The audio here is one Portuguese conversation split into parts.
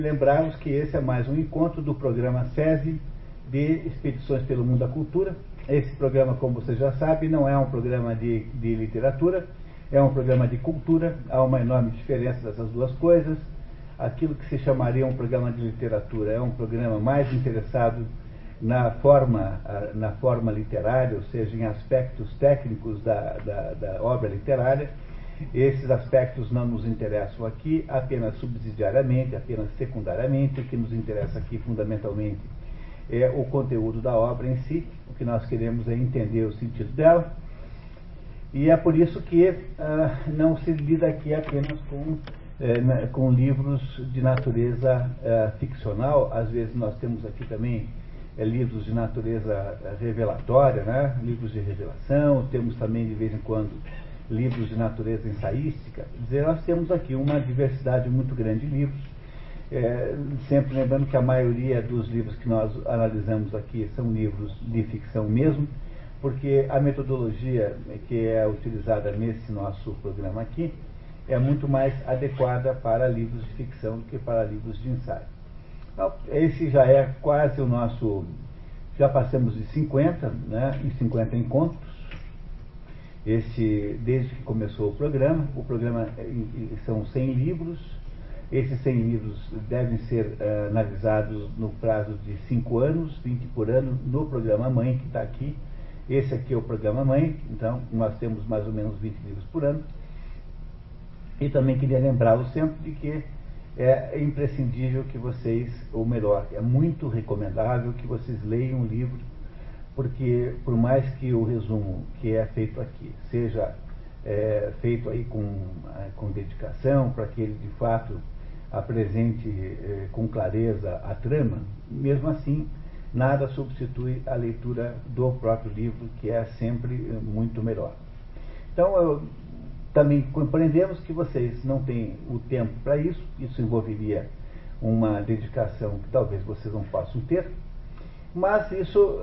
Lembrarmos que esse é mais um encontro do programa SESI de Expedições pelo Mundo da Cultura. Esse programa, como você já sabe, não é um programa de literatura, é um programa de cultura. Há uma enorme diferença dessas duas coisas. Aquilo que se chamaria um programa de literatura é um programa mais interessado na forma literária, ou seja, em aspectos técnicos da obra literária. Esses aspectos não nos interessam aqui apenas subsidiariamente, apenas secundariamente. O que nos interessa aqui fundamentalmente é o conteúdo da obra em si. O que nós queremos é entender o sentido dela. E é por isso que não se lida aqui apenas com livros de natureza ficcional. Às vezes nós temos aqui também livros de natureza revelatória, né? Livros de revelação. Temos também, de vez em quando, livros de natureza ensaística. Quer dizer, nós temos aqui uma diversidade muito grande de livros, sempre lembrando que a maioria dos livros que nós analisamos aqui são livros de ficção mesmo, porque a metodologia que é utilizada nesse nosso programa aqui é muito mais adequada para livros de ficção do que para livros de ensaio. Então, esse já é quase o nosso... Já passamos de 50, né, em 50 encontros. Desde que começou o programa são 100 livros. Esses 100 livros devem ser analisados no prazo de 5 anos, 20 por ano, no programa mãe que está aqui. Esse aqui é o programa mãe, então nós temos mais ou menos 20 livros por ano. E também queria lembrá-los sempre de que é imprescindível que vocês, ou melhor, é muito recomendável que vocês leiam o livro, porque por mais que o resumo que é feito aqui seja feito aí com dedicação, para que ele de fato apresente com clareza a trama, mesmo assim nada substitui a leitura do próprio livro, que é sempre muito melhor. Então também compreendemos que vocês não têm o tempo para isso. Isso envolveria uma dedicação que talvez vocês não possam ter. Mas isso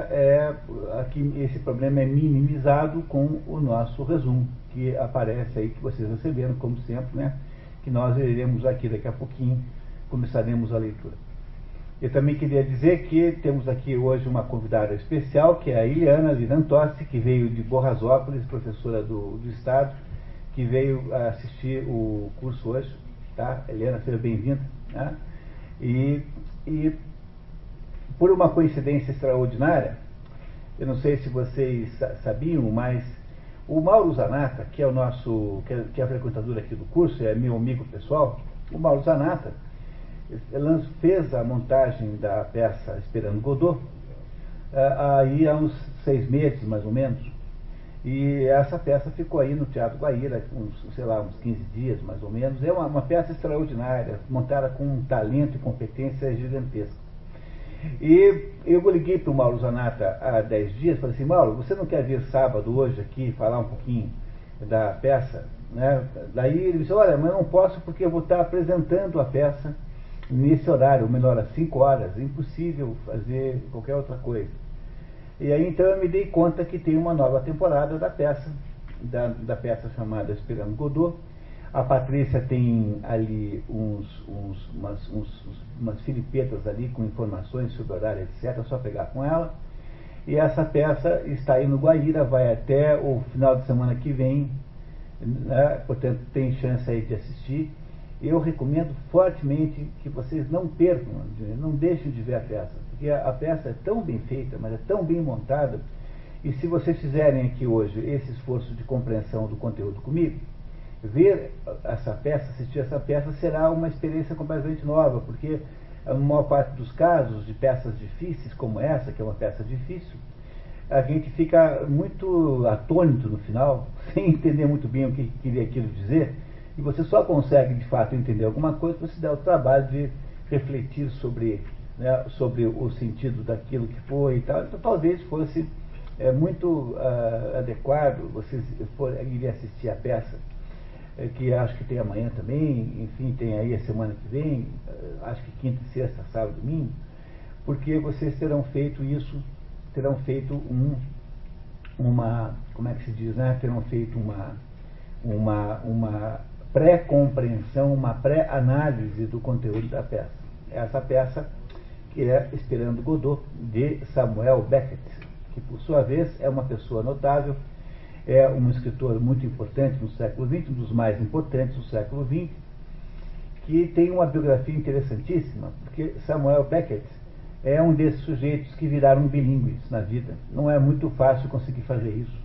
aqui, esse problema é minimizado com o nosso resumo, que aparece aí, que vocês receberam, como sempre, né? Que nós iremos aqui daqui a pouquinho, começaremos a leitura. Eu também queria dizer que temos aqui hoje uma convidada especial, que é a Eliana Lirantossi, que veio de Borrasópolis, professora do Estado, que veio assistir o curso hoje, tá? Eliana, seja bem-vinda, né? E por uma coincidência extraordinária, eu não sei se vocês sabiam, mas o Mauro Zanata, que é o nosso, que é frequentador aqui do curso, é meu amigo pessoal, o Mauro Zanata fez a montagem da peça Esperando Godot aí há uns 6 meses, mais ou menos, e essa peça ficou aí no Teatro Guaíra, uns 15 dias, mais ou menos. É uma peça extraordinária, montada com um talento e competência gigantesca. E eu liguei para o Mauro Zanata há 10 dias, falei assim: Mauro, você não quer vir sábado hoje aqui falar um pouquinho da peça, né? Daí ele disse: olha, mas eu não posso porque eu vou estar apresentando a peça nesse horário, ou melhor, às 5 horas, é impossível fazer qualquer outra coisa. E aí então eu me dei conta que tem uma nova temporada da peça, da peça chamada Esperando Godot. A Patrícia tem ali umas filipetas ali com informações sobre horário, etc. É só pegar com ela. E essa peça está aí no Guaíra, vai até o final de semana que vem, né? Portanto, tem chance aí de assistir. Eu recomendo fortemente que vocês não percam, não deixem de ver a peça, porque a peça é tão bem feita, mas é tão bem montada. E se vocês fizerem aqui hoje esse esforço de compreensão do conteúdo comigo, ver essa peça, assistir essa peça, será uma experiência completamente nova, porque a maior parte dos casos de peças difíceis como essa, que é uma peça difícil, a gente fica muito atônito no final, sem entender muito bem o que queria aquilo dizer, e você só consegue de fato entender alguma coisa se você der o trabalho de refletir sobre, né, sobre o sentido daquilo que foi e tal. Então talvez fosse muito adequado vocês irem assistir a peça, que acho que tem amanhã também, enfim, tem aí a semana que vem, acho que quinta e sexta, sábado e domingo, porque vocês terão feito isso, terão feito como é que se diz, né? Terão feito pré-compreensão, uma pré-análise do conteúdo da peça. Essa peça que é Esperando Godot, de Samuel Beckett, que por sua vez é uma pessoa notável, é um escritor muito importante no século XX, um dos mais importantes do século XX, que tem uma biografia interessantíssima, porque Samuel Beckett é um desses sujeitos que viraram bilíngues na vida. Não é muito fácil conseguir fazer isso,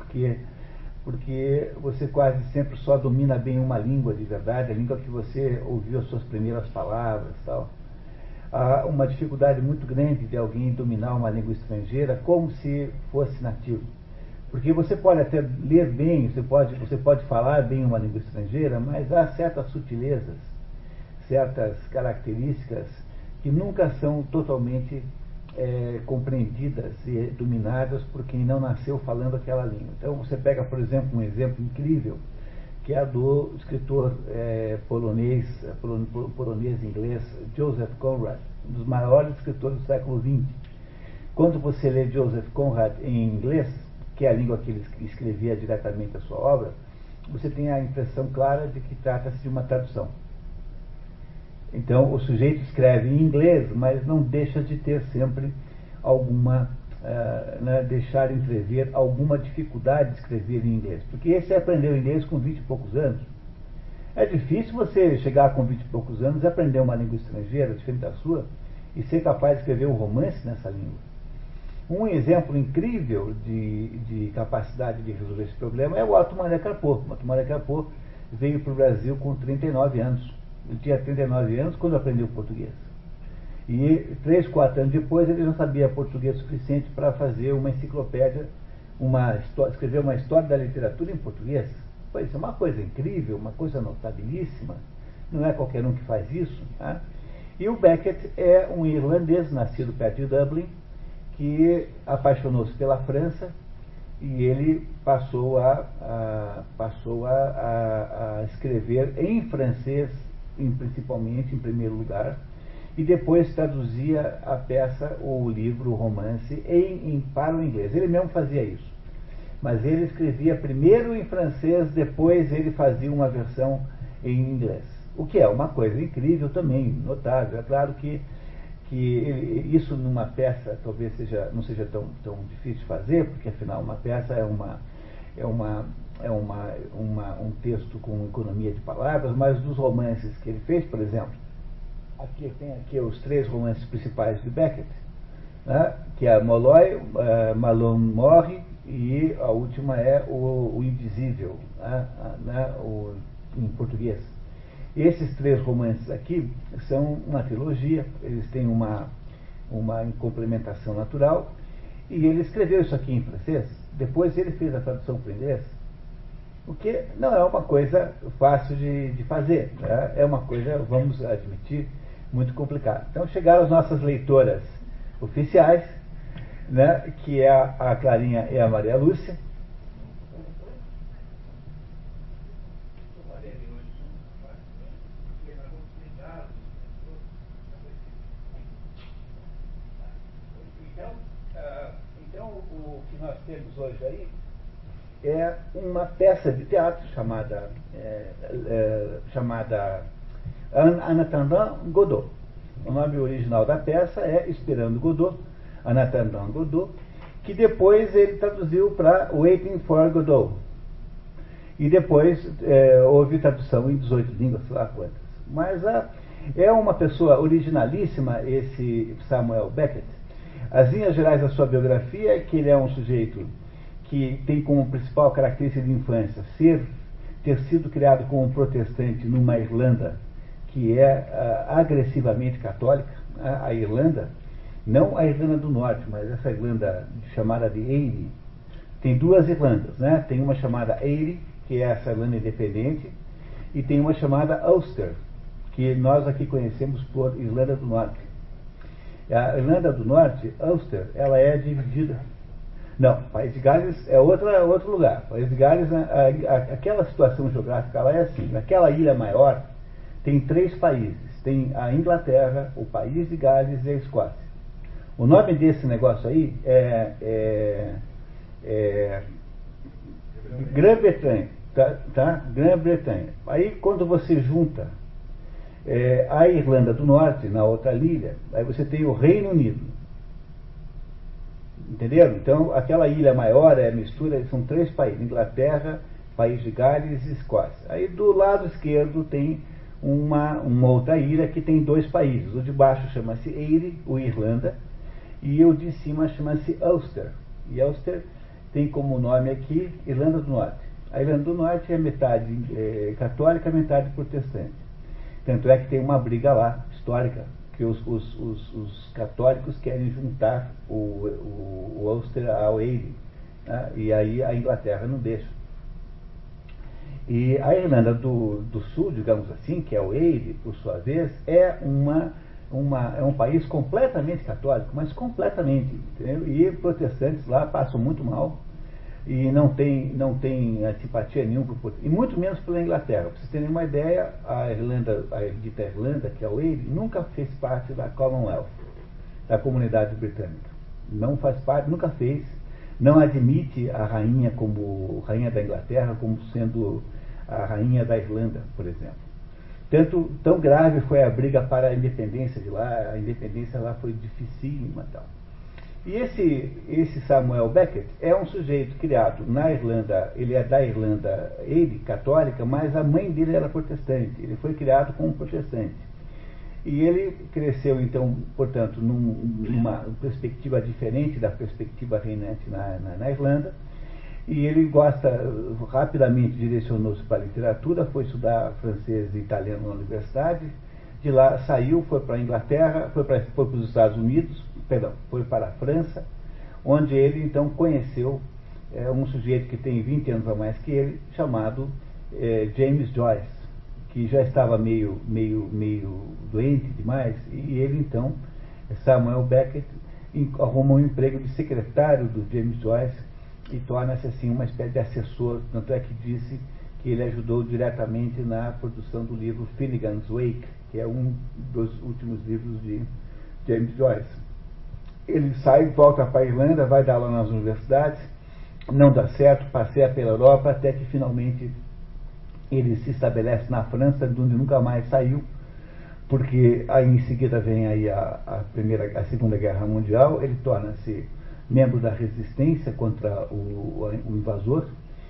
porque você quase sempre só domina bem uma língua de verdade, a língua que você ouviu as suas primeiras palavras e tal. Há uma dificuldade muito grande de alguém dominar uma língua estrangeira como se fosse nativo. Porque você pode até ler bem, você pode falar bem uma língua estrangeira, mas há certas sutilezas, certas características que nunca são totalmente compreendidas e dominadas por quem não nasceu falando aquela língua. Então você pega, por exemplo, um exemplo incrível, que é do escritor polonês inglês, Joseph Conrad, um dos maiores escritores do século XX. Quando você lê Joseph Conrad em inglês, que é a língua que ele escrevia diretamente a sua obra, você tem a impressão clara de que trata-se de uma tradução. Então, o sujeito escreve em inglês, mas não deixa de ter sempre alguma, deixar entrever alguma dificuldade de escrever em inglês. Porque esse aprendeu inglês com 20 e poucos anos. É difícil você chegar com 20 e poucos anos e aprender uma língua estrangeira, diferente da sua, e ser capaz de escrever um romance nessa língua. Um exemplo incrível de capacidade de resolver esse problema é o Otto Maria Carpo. O Otto Maria Carpo veio para o Brasil com 39 anos. Ele tinha 39 anos quando aprendeu português. E 3, 4 anos depois ele já sabia português suficiente para fazer uma enciclopédia, escrever uma história da literatura em português. Pois é uma coisa incrível, uma coisa notabilíssima. Não é qualquer um que faz isso. Tá? E o Beckett é um irlandês nascido perto de Dublin, que apaixonou-se pela França e ele passou a escrever em francês, principalmente, em primeiro lugar, e depois traduzia a peça, ou o livro, o romance, para o inglês. Ele mesmo fazia isso. Mas ele escrevia primeiro em francês, depois ele fazia uma versão em inglês. O que é uma coisa incrível também, notável. É claro que isso numa peça talvez não seja tão difícil de fazer, porque afinal uma peça é um texto com economia de palavras, mas dos romances que ele fez, por exemplo, tem aqui os 3 romances principais de Beckett, né, que é Molloy, Malone morre, e a última é o Invisível, em português. Esses 3 romances aqui são uma trilogia, eles têm uma complementação natural, e ele escreveu isso aqui em francês, depois ele fez a tradução para o inglês, o que não é uma coisa fácil de fazer, né? É uma coisa, vamos admitir, muito complicada. Então chegaram as nossas leitoras oficiais, né, que é a Clarinha e a Maria Lúcia. Então, o que nós temos hoje aí é uma peça de teatro chamada En attendant Godot. O nome original da peça é Esperando Godot, En attendant Godot, que depois ele traduziu para Waiting for Godot. E depois houve tradução em 18 línguas, sei lá quantas. Mas é uma pessoa originalíssima, esse Samuel Beckett. As linhas gerais da sua biografia é que ele é um sujeito que tem como principal característica de infância ter sido criado como um protestante numa Irlanda que é agressivamente católica. A Irlanda, não a Irlanda do Norte, mas essa Irlanda chamada de Eire. Tem 2 Irlandas, né? Tem uma chamada Eire, que é essa Irlanda independente, e tem uma chamada Ulster, que nós aqui conhecemos por Irlanda do Norte. A Irlanda do Norte, Ulster, ela é dividida. Não, País de Gales é outro lugar. País de Gales, aquela situação geográfica, ela é assim. Naquela ilha maior, tem 3 países. Tem a Inglaterra, o País de Gales e a Escócia. O nome desse negócio aí é Grã-Bretanha. Tá? Grã-Bretanha. Aí quando você junta a Irlanda do Norte na outra ilha, aí você tem o Reino Unido. Entenderam? Então aquela ilha maior é a mistura, são 3 países: Inglaterra, País de Gales e Escócia. Aí do lado esquerdo tem uma outra ilha que tem 2 países. O de baixo chama-se Eire, ou Irlanda, e o de cima chama-se Ulster. E Ulster tem como nome aqui Irlanda do Norte. A Irlanda do Norte é metade católica, metade protestante. Tanto é que tem uma briga lá, histórica, que os católicos querem juntar o Ulster ao Eire, né? E aí a Inglaterra não deixa. E a Irlanda do Sul, digamos assim, que é o Eire, por sua vez, é um país completamente católico, mas completamente, entendeu? E protestantes lá passam muito mal e não tem antipatia nenhuma por e muito menos pela Inglaterra. Para vocês terem uma ideia, a dita Irlanda, que é o Eire, nunca fez parte da Commonwealth, da comunidade britânica. Não faz parte, nunca fez, não admite a rainha como rainha da Inglaterra como sendo a rainha da Irlanda, por exemplo. Tão grave foi a briga para a independência de lá, a independência lá foi dificílima e tal. E esse Samuel Beckett é um sujeito criado na Irlanda, ele é da Irlanda Eire, católica, mas a mãe dele era protestante, ele foi criado como protestante. E ele cresceu, então, portanto, numa perspectiva diferente da perspectiva reinante na Irlanda, e ele rapidamente direcionou-se para a literatura, foi estudar francês e italiano na universidade, de lá saiu, foi para a Inglaterra, foi para os Estados Unidos, foi para a França, onde ele então conheceu um sujeito que tem 20 anos a mais que ele, chamado James Joyce, que já estava meio doente demais, e ele então, Samuel Beckett, arruma um emprego de secretário do James Joyce e torna-se assim uma espécie de assessor, tanto é que disse que ele ajudou diretamente na produção do livro Finnegan's Wake, que é um dos últimos livros de James Joyce. Ele sai, volta para a Irlanda, vai dar aula nas universidades, não dá certo, passeia pela Europa, até que finalmente ele se estabelece na França, de onde nunca mais saiu, porque aí em seguida vem aí a Segunda Guerra Mundial, ele torna-se membro da resistência contra o invasor,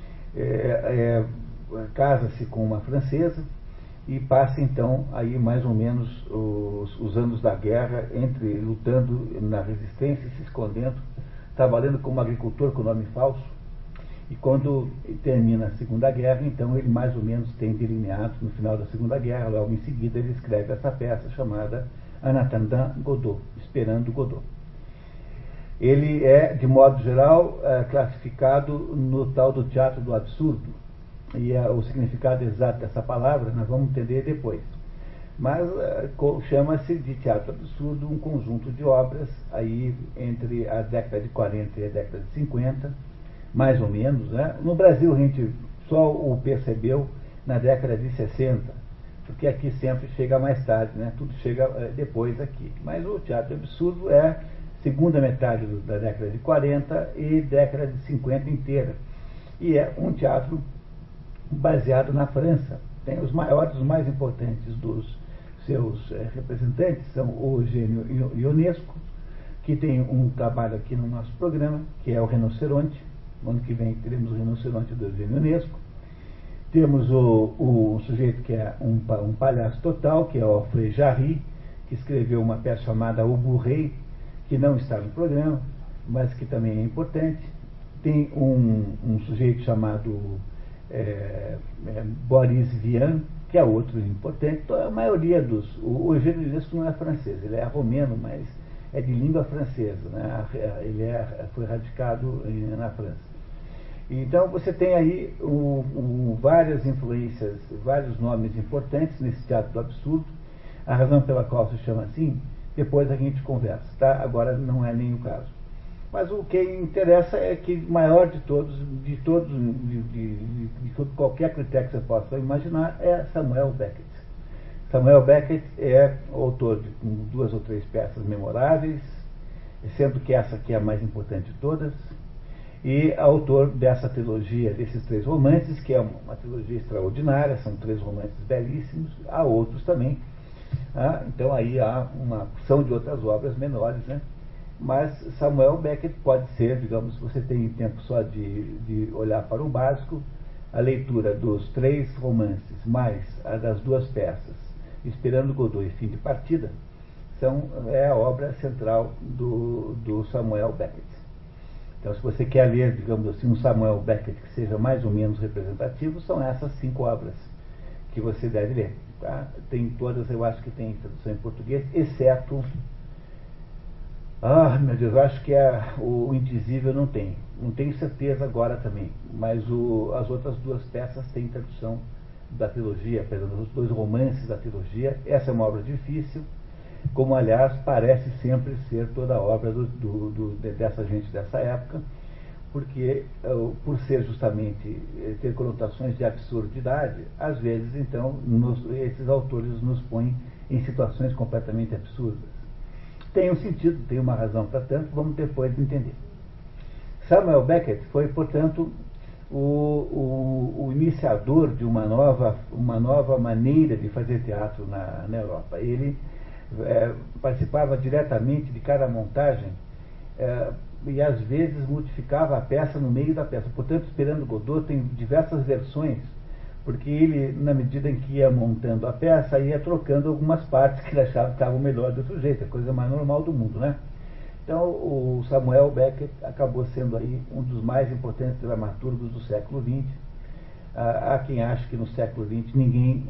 casa-se com uma francesa e passa então aí mais ou menos os anos da guerra lutando na resistência, se escondendo, trabalhando como agricultor com nome falso. E quando termina a Segunda Guerra, então ele mais ou menos tem delineado no final da Segunda Guerra, logo em seguida ele escreve essa peça chamada En attendant Godot, Esperando Godot. Ele é, de modo geral, classificado no tal do teatro do absurdo. E o significado exato dessa palavra nós vamos entender depois. Mas chama-se de teatro absurdo um conjunto de obras aí entre a década de 40 e a década de 50, mais ou menos, né? No Brasil a gente só o percebeu na década de 60, porque aqui sempre chega mais tarde, né? Tudo chega depois aqui. Mas o teatro absurdo é segunda metade da década de 40 e década de 50 inteira. E é um teatro baseado na França. Tem os maiores, os mais importantes dos seus representantes, são o Eugênio Ionesco, que tem um trabalho aqui no nosso programa, que é o Rinoceronte. No ano que vem teremos o Rinoceronte do Eugênio Ionesco. Temos o sujeito que é um palhaço total, que é o Frei Jarry, que escreveu uma peça chamada O Bourré, que não está no programa, mas que também é importante. Tem um sujeito chamado Boris Vian, que é outro importante. Então, a maioria o Eugênio Ionesco não é francês, ele é romeno, mas é de língua francesa, né? Ele foi radicado na França. Então você tem aí várias influências, vários nomes importantes nesse teatro do absurdo. A razão pela qual se chama assim, depois a gente conversa, tá? Agora não é nem o caso. Mas o que interessa é que o maior de todos, de qualquer critério que você possa imaginar, é Samuel Beckett. Samuel Beckett é autor de 2 ou 3 peças memoráveis, sendo que essa aqui é a mais importante de todas. e autor dessa trilogia, desses 3 romances, que é uma trilogia extraordinária, são 3 romances belíssimos, há outros também. Então aí há uma opção de outras obras menores, né? Mas Samuel Beckett pode ser, digamos, você tem tempo só de olhar para o básico, a leitura dos 3 romances, mais a das 2 peças, Esperando Godot e Fim de Partida, é a obra central do Samuel Beckett. Então, se você quer ler, digamos assim, um Samuel Beckett que seja mais ou menos representativo, são essas 5 obras que você deve ler. Tá? Tem todas, eu acho que tem tradução em português, exceto... meu Deus, eu acho que o Invisível não tem. Não tenho certeza agora também, mas as outras 2 peças têm tradução da trilogia, perdão, os 2 romances da trilogia. Essa é uma obra difícil, como aliás parece sempre ser toda a obra dessa gente dessa época, porque por ser justamente ter conotações de absurdidade, às vezes então esses autores nos põem em situações completamente absurdas. Tem um sentido, tem uma razão para tanto, vamos depois entender. Samuel Beckett foi, portanto, o iniciador de uma nova maneira de fazer teatro na Europa. Ele participava diretamente de cada montagem e às vezes modificava a peça no meio da peça. Portanto, Esperando Godot tem diversas versões, porque ele, na medida em que ia montando a peça, ia trocando algumas partes que ele achava que estavam melhor de outro jeito, a coisa mais normal do mundo, né? Então, o Samuel Beckett acabou sendo aí um dos mais importantes dramaturgos do século XX. Há quem ache que no século XX ninguém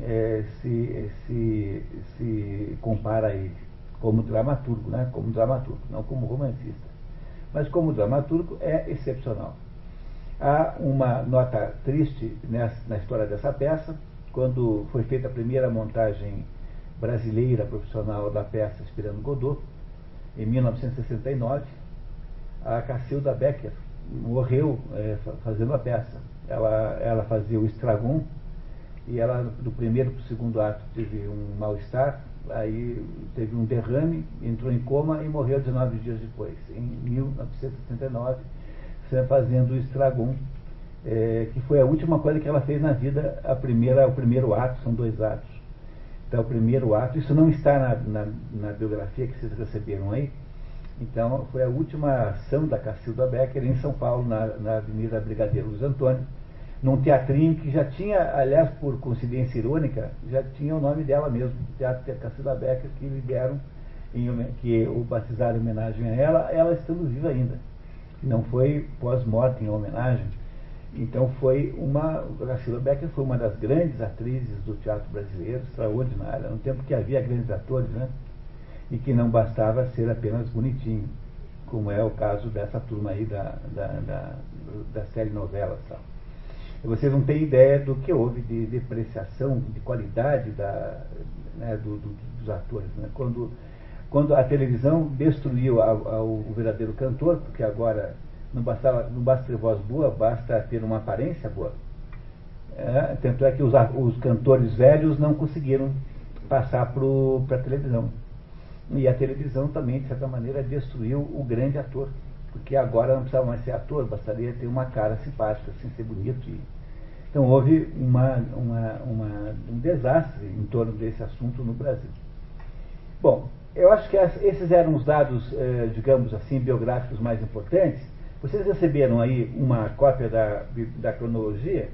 se compara a ele como dramaturgo, né? Como dramaturgo, não como romancista. Mas como dramaturgo é excepcional. Há uma nota triste na história dessa peça. Quando foi feita a primeira montagem brasileira profissional da peça Esperando Godot, em 1969, a Cacilda Becker morreu fazendo a peça. Ela fazia o Estragon, e ela, do primeiro para o segundo ato, teve um mal-estar, aí teve um derrame, entrou em coma e morreu 19 dias depois, em 1979, fazendo o Estragon, que foi a última coisa que ela fez na vida, o primeiro ato, são 2 atos. Então, o primeiro ato, isso não está na biografia que vocês receberam aí. Então, foi a última ação da Cacilda Becker em São Paulo, na Avenida Brigadeiro Luiz Antônio, num teatrinho que já tinha, aliás, por coincidência irônica, já tinha o nome dela mesmo, Teatro da Cacilda Becker, que lhe deram, que o batizaram em homenagem a ela estando viva ainda. Não foi pós-morte em homenagem. Então a Cacilda Becker foi uma das grandes atrizes do teatro brasileiro, extraordinária, no tempo que havia grandes atores, né? E que não bastava ser apenas bonitinho, como é o caso dessa turma aí da série novelas e tal. E vocês não têm ideia do que houve de depreciação, de qualidade dos atores, né? Quando a televisão destruiu o verdadeiro cantor, porque agora não basta ter voz boa, basta ter uma aparência boa. Tanto é que os cantores velhos não conseguiram passar para a televisão. E a televisão também, de certa maneira, destruiu o grande ator. Porque agora não precisava mais ser ator, bastaria ter uma cara simpática, assim, ser bonito. Então houve um desastre em torno desse assunto no Brasil. Bom, eu acho que esses eram os dados, digamos assim, biográficos mais importantes. Vocês receberam aí uma cópia da cronologia.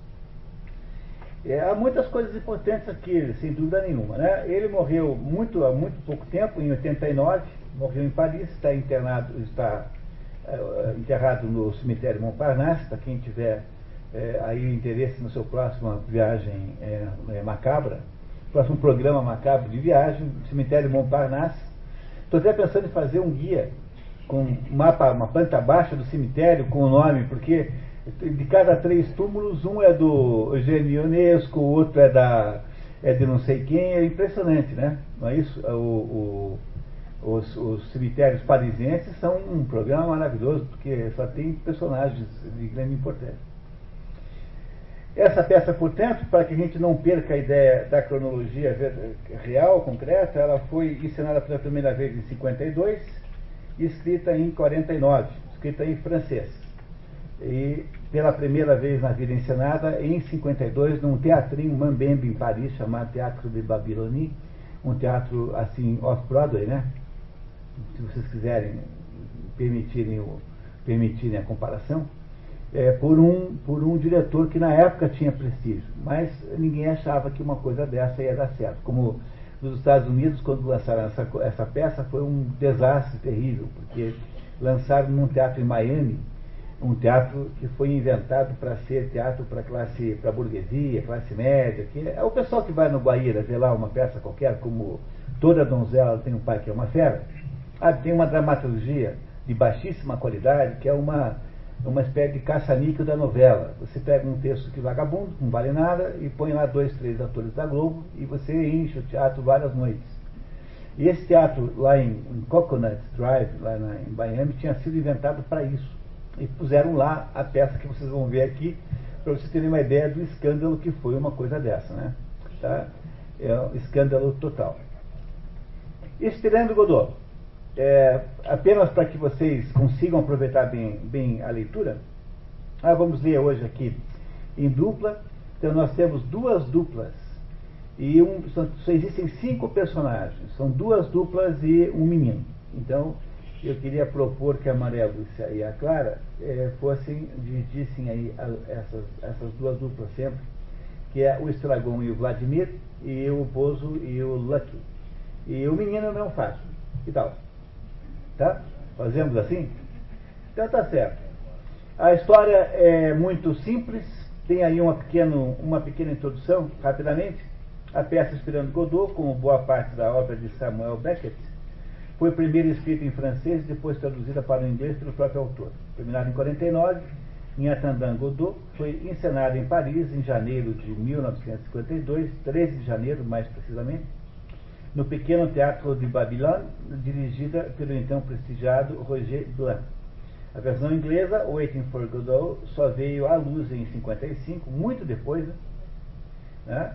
Há muitas coisas importantes aqui, sem dúvida nenhuma, né? Ele morreu há muito pouco tempo, em 89, morreu em Paris, está enterrado no cemitério Montparnasse, para quem tiver aí interesse na sua próxima viagem macabra, próximo programa macabro de viagem, cemitério Montparnasse. Estou até pensando em fazer um guia com uma planta baixa do cemitério com o nome, porque de cada 3 túmulos, um é do Eugênio Ionesco, o outro é de não sei quem. É impressionante, né? Não é isso? Os cemitérios parisienses são um programa maravilhoso, porque só tem personagens de grande importância. Essa peça, portanto, para que a gente não perca a ideia da cronologia real, concreta, ela foi encenada pela primeira vez em 52, escrita em 49, escrita em francês. e pela primeira vez na vida encenada em 52 num teatrinho mambembe em Paris chamado Teatro de Babylonie, um teatro assim off-Broadway, né? Se vocês quiserem permitirem a comparação, por um diretor que na época tinha prestígio, mas ninguém achava que uma coisa dessa ia dar certo. Como nos Estados Unidos, quando lançaram essa peça, foi um desastre terrível, porque lançaram num teatro em Miami, um teatro que foi inventado para ser teatro para burguesia, classe média, que é o pessoal que vai no Guaíra ver lá uma peça qualquer, como Toda Donzela Tem um Pai que é uma Fera. Tem uma dramaturgia de baixíssima qualidade, que é uma espécie de caça-níquel da novela. Você pega um texto que vagabundo, não vale nada, e põe lá 2, 3 atores da Globo, e você enche o teatro várias noites. E esse teatro lá em Coconut Drive, lá em Miami, tinha sido inventado para isso. E puseram lá a peça que vocês vão ver aqui, para vocês terem uma ideia do escândalo que foi uma coisa dessa, né? Tá? É um escândalo total. Esperando Godot. Apenas para que vocês consigam aproveitar bem a leitura, vamos ler hoje aqui em dupla. Então nós temos 2 duplas e só existem 5 personagens, são 2 duplas e um menino. Então eu queria propor que a Maria Lúcia e a Clara dividissem aí essas 2 duplas sempre, que é o Estragon e o Vladimir, e o Bozo e o Lucky. E o menino não faço. Que tal? Tá? Fazemos assim? Então tá certo. A história é muito simples, tem aí uma pequena introdução, rapidamente. A peça Esperando Godot, como boa parte da obra de Samuel Beckett, foi primeiro escrita em francês e depois traduzida para o inglês pelo próprio autor. Terminada em 49, em Attendant Godot, foi encenada em Paris em janeiro de 1952, 13 de janeiro mais precisamente, no pequeno Teatro de Babylone, dirigida pelo então prestigiado Roger Blanc. A versão inglesa, Waiting for Godot, só veio à luz em 55, muito depois, né?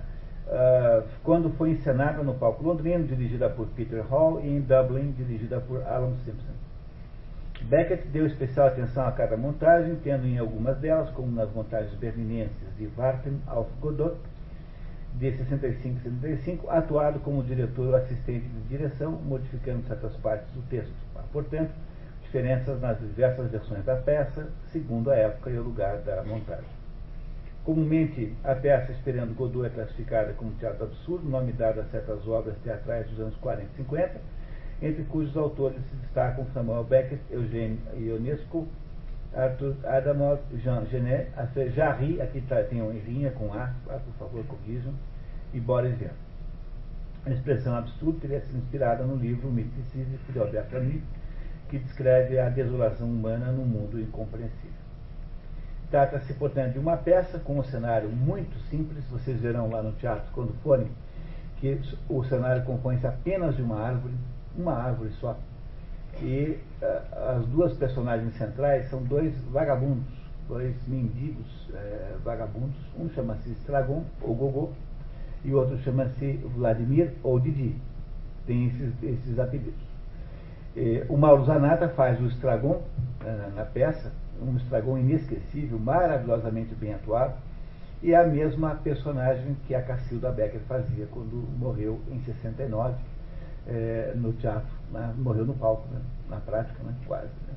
Quando foi encenada no palco londrino, dirigida por Peter Hall, e em Dublin, dirigida por Alan Simpson. Beckett deu especial atenção a cada montagem, tendo em algumas delas, como nas montagens berlinenses de Warten auf Godot, de 65 e 75, atuado como diretor ou assistente de direção, modificando certas partes do texto. Há, portanto, diferenças nas diversas versões da peça, segundo a época e o lugar da montagem. Comumente, a peça Esperando Godot é classificada como teatro absurdo, nome dado a certas obras teatrais dos anos 40 e 50, entre cujos autores se destacam Samuel Beckett, Eugène Ionesco, Arthur Adamov, Jean Genet, Jarry, aqui tem uma errinha com A, por favor, corrijam, e Boris Vian. A expressão absurdo teria sido inspirada no livro O Mito de Sísifo, de Albert Camus, que descreve a desolação humana num mundo incompreensível. Trata-se, portanto, de uma peça com um cenário muito simples. Vocês verão lá no teatro, quando forem, que o cenário compõe-se apenas de uma árvore só. E as 2 personagens centrais são 2 vagabundos, 2 mendigos vagabundos. Um chama-se Estragon, ou Gogô, e o outro chama-se Vladimir, ou Didi. Tem esses apelidos. O Mauro Zanata faz o Estragon na peça, um Estragon inesquecível, maravilhosamente bem atuado, e é a mesma personagem que a Cacilda Becker fazia quando morreu em 69 no teatro, né? Morreu no palco, né? Na prática, né? Quase. Né?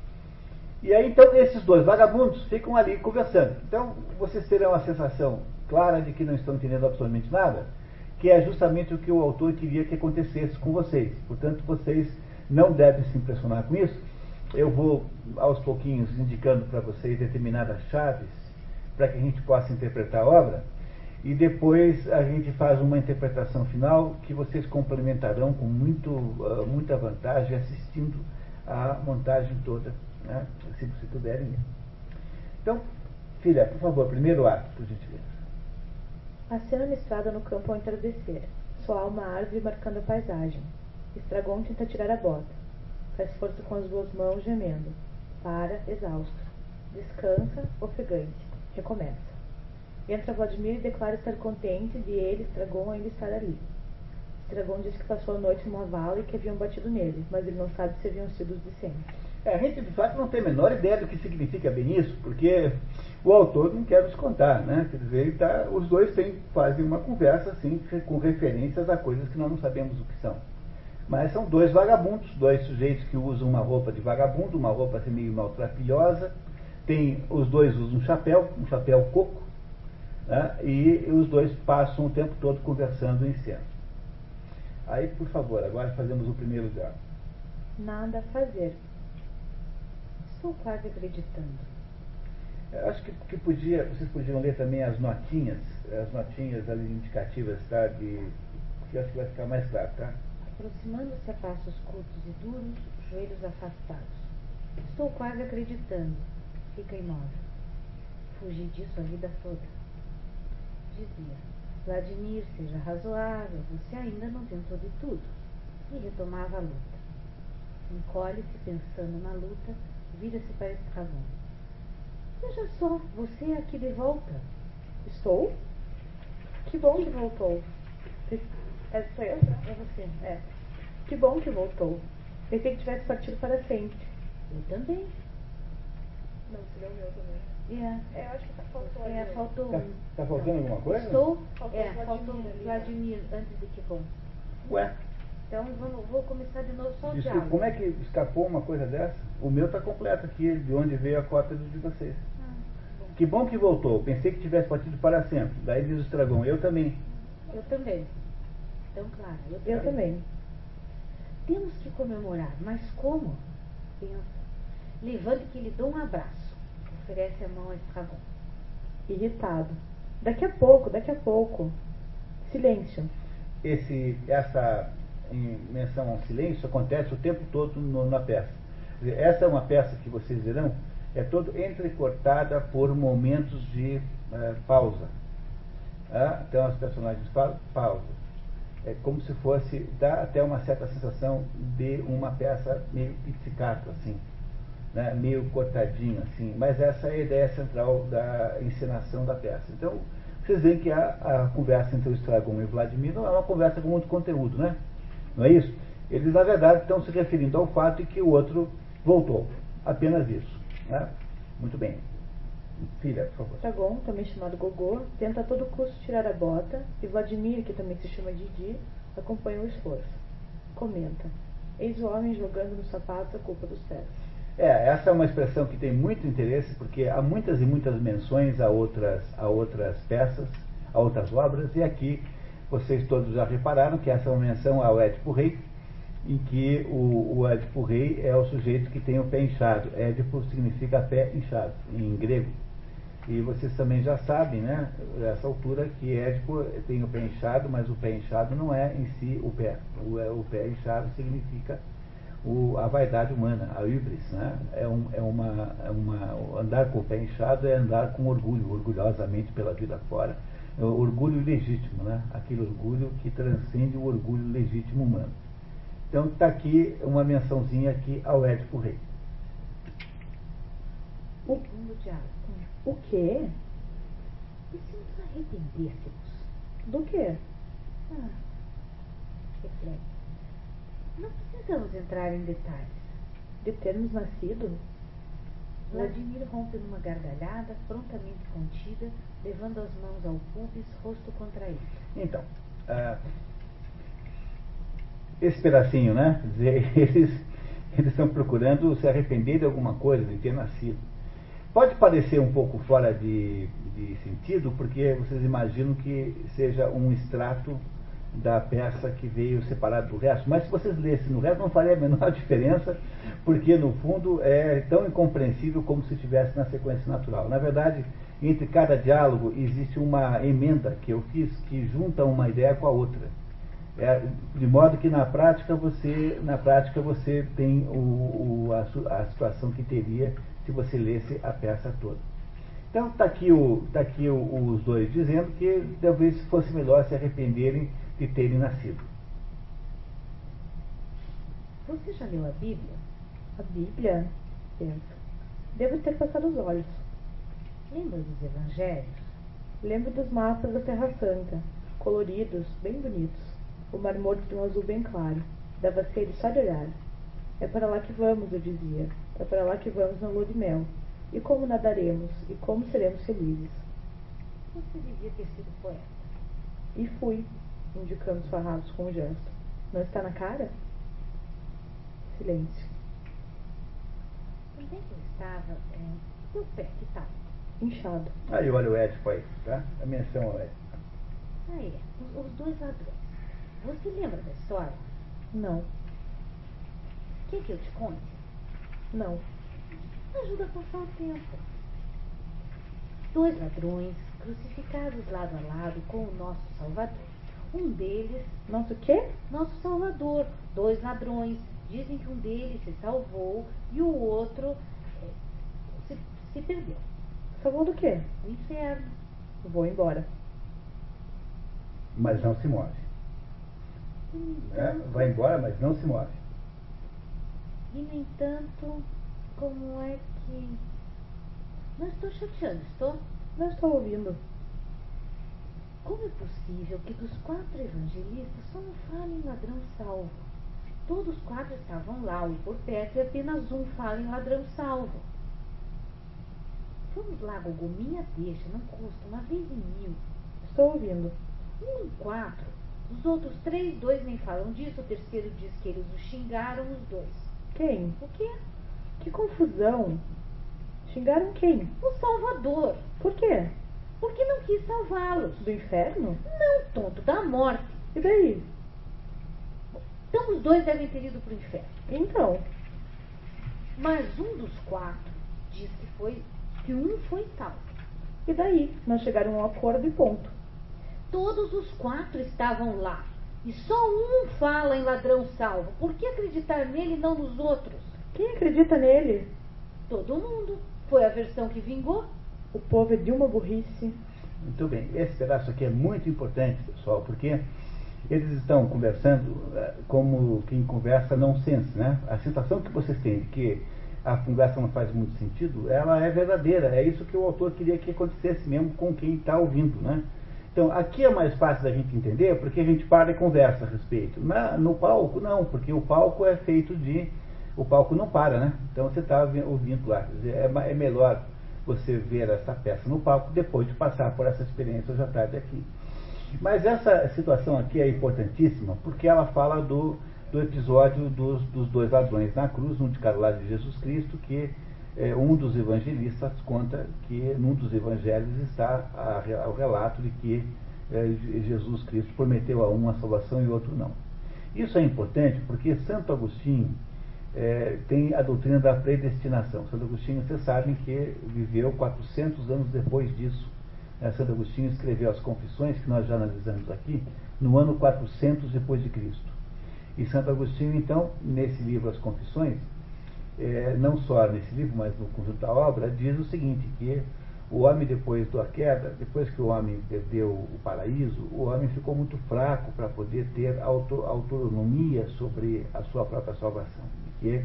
E aí então esses 2 vagabundos ficam ali conversando. Então vocês terão a sensação clara de que não estão entendendo absolutamente nada, que é justamente o que o autor queria que acontecesse com vocês. Portanto, vocês não devem se impressionar com isso. Eu vou, aos pouquinhos, indicando para vocês determinadas chaves para que a gente possa interpretar a obra, e depois a gente faz uma interpretação final que vocês complementarão com muita vantagem assistindo a montagem toda, né? Se puderem. Então, filha, por favor, primeiro ato, por gentileza. A cena na estrada no campo ao entardecer. Só há uma árvore marcando a paisagem. Estragon tenta tirar a bota. Faz força com as 2 mãos, gemendo. Para, exausto. Descansa, ofegante. Recomeça. Entra Vladimir e declara estar contente de ele, Estragon, ainda estar ali. Estragon diz que passou a noite numa vala e que haviam batido nele, mas ele não sabe se haviam sido os de sempre. A gente, de fato, não tem a menor ideia do que significa bem isso, porque o autor não quer nos contar, né? Quer dizer, os dois fazem uma conversa, assim, com referências a coisas que nós não sabemos o que são. Mas são dois vagabundos, dois sujeitos que usam uma roupa de vagabundo, uma roupa assim meio maltrapilhosa. Os dois usam um chapéu coco, né? E os dois passam o tempo todo conversando em cena. Aí, por favor, agora fazemos o primeiro diálogo. Nada a fazer. Estou quase acreditando. Eu acho que vocês podiam ler também as notinhas ali indicativas, tá? Que eu acho que vai ficar mais claro, tá? Aproximando-se a passos curtos e duros, joelhos afastados. Estou quase acreditando. Fica imóvel. Fugi disso a vida toda. Dizia: Vladimir, seja razoável, você ainda não tentou de tudo. E retomava a luta. Encolhe-se pensando na luta, vira-se para Estragon. Veja só, você é aqui de volta. Estou? Que bom que voltou. Sou eu? É você. É. Que bom que voltou. Pensei que tivesse partido para sempre. Eu também. Não, seria o meu também. Eu acho que faltou. Faltou. Tá faltando alguma coisa? Estou? Faltou Vladimir antes de que bom. Ué? Então vou começar de novo só o Desculpa, diálogo. como é que escapou uma coisa dessa? O meu está completo aqui, de onde veio a cópia de vocês. Que bom que voltou. Pensei que tivesse partido para sempre. Daí diz o Estragon, eu também. Eu também. Então, claro, Eu também. Temos que comemorar, mas como? Pensa. Levante que lhe dou um abraço. Oferece a mão a Estragon. Irritado. Daqui a pouco. Silêncio. Essa menção ao silêncio acontece o tempo todo na peça. Essa é uma peça que vocês verão, é toda entrecortada por momentos de pausa. Então as personagens falam, pausa. É como se fosse, dá até uma certa sensação de uma peça meio pizzicato, assim, né? Meio cortadinho, assim. Mas essa é a ideia central da encenação da peça. Então, vocês veem que a conversa entre o Estragon e o Vladimir não é uma conversa com muito conteúdo, né? Não é isso? Eles, na verdade, estão se referindo ao fato de que o outro voltou. Apenas isso. Né? Muito bem. Filha, por favor. Estragon, também chamado Gogô, tenta a todo custo tirar a bota, e Vladimir, que também se chama Didi, acompanha o esforço. Comenta: eis o homem jogando nos sapatos a culpa dos pés. Essa é uma expressão que tem muito interesse, porque há muitas e muitas menções a outras peças, a outras obras, e aqui vocês todos já repararam que essa é uma menção ao Édipo Rei, em que o Édipo Rei é o sujeito que tem o pé inchado. Édipo significa pé inchado, em grego. E vocês também já sabem, né, nessa altura, que Édipo tem o pé inchado, mas o pé inchado não é em si o pé. O pé inchado significa a vaidade humana, a híbris, né? Andar com o pé inchado é andar com orgulho, orgulhosamente pela vida fora. É o orgulho legítimo, né? Aquele orgulho que transcende o orgulho legítimo humano. Então está aqui uma mençãozinha aqui ao Édipo Rei. Segundo diálogo. O quê? E se nos arrependêssemos? Do quê? Reflete. Não precisamos entrar em detalhes. De termos nascido? Vladimir rompe numa gargalhada, prontamente contida, levando as mãos ao pubis, rosto contra ele. Então, esse pedacinho, né? Quer dizer, eles estão procurando se arrepender de alguma coisa, de ter nascido. Pode parecer um pouco fora de sentido, porque vocês imaginam que seja um extrato da peça que veio separado do resto, mas se vocês lessem no resto não faria a menor diferença, porque no fundo é tão incompreensível como se estivesse na sequência natural. Na verdade, entre cada diálogo existe uma emenda que eu fiz que junta uma ideia com a outra, de modo que na prática você tem a situação que teria se você lesse a peça toda. Então está aqui os dois dizendo que talvez fosse melhor se arrependerem de terem nascido. Você já leu a Bíblia? A Bíblia? Penso. Devo ter passado os olhos. Lembra dos Evangelhos? Lembro dos mapas da Terra Santa, coloridos, bem bonitos. O Mar Morto de um azul bem claro. Dava sede só de olhar. É para lá que vamos, eu dizia. É para lá que vamos na lua de mel. E como nadaremos? E como seremos felizes? Você devia ter sido poeta. E fui, indicando os farrapos com um gesto. Não está na cara? Silêncio. Onde é que eu estava? Teu pé, que tal? Inchado. Aí, olha o Édipo aí, tá? A menção ao Édipo. Ah, é. Os dois ladrões. Você lembra da história? Não. Quer que eu te conte? Não. Ajuda a passar o tempo. 2 ladrões crucificados lado a lado com o nosso Salvador. Um deles... Nosso quê? Nosso Salvador. 2 ladrões. Dizem que um deles se salvou e o outro se perdeu. Salvou do quê? O inferno. Vou embora. Mas não se move. Vai embora, mas não se move. E, no entanto, como é que... Não estou chateando, estou? Não estou ouvindo. Como é possível que dos 4 evangelistas só não fale em ladrão salvo? Todos os 4 estavam lá e por perto e apenas um fala em ladrão salvo. Vamos lá, Gogô, minha deixa, não custa, uma vez em 1000. Estou ouvindo. 1 em 4. Os outros 3, 2 nem falam disso, o terceiro diz que eles o xingaram os 2. Quem? O quê? Que confusão. Xingaram quem? O Salvador. Por quê? Porque não quis salvá-los. Do inferno? Não, tonto, da morte. E daí? Então os 2 devem ter ido para o inferno. Então? Mas um dos 4 diz que um foi salvo. E daí? Não chegaram a um acordo e ponto. Todos os 4 estavam lá. E só um fala em ladrão salvo. Por que acreditar nele e não nos outros? Quem acredita nele? Todo mundo. Foi a versão que vingou. O povo é de uma burrice. Muito bem. Esse pedaço aqui é muito importante, pessoal, porque eles estão conversando como quem conversa nonsense, né? A sensação que vocês têm de que a conversa não faz muito sentido, ela é verdadeira. É isso que o autor queria que acontecesse mesmo com quem está ouvindo, né? Então, aqui é mais fácil da gente entender porque a gente para e conversa a respeito. No palco, não, porque o palco é feito de... O palco não para, né? Então, você está ouvindo lá. Quer dizer, é melhor você ver essa peça no palco depois de passar por essa experiência hoje à tarde aqui. Mas essa situação aqui é importantíssima porque ela fala do episódio dos 2 ladrões na cruz, um de cada lado de Jesus Cristo, que um dos evangelistas conta que num dos evangelhos está o relato de que Jesus Cristo prometeu a um a salvação e outro não. Isso é importante porque Santo Agostinho tem a doutrina da predestinação. Santo Agostinho, vocês sabem que viveu 400 anos depois disso. Santo Agostinho escreveu as Confissões, que nós já analisamos aqui, no ano 400 depois de Cristo. E Santo Agostinho, então, nesse livro As Confissões, não só nesse livro, mas no conjunto da obra, diz o seguinte, que o homem depois da queda, depois que o homem perdeu o paraíso, o homem ficou muito fraco para poder ter autonomia sobre a sua própria salvação. Que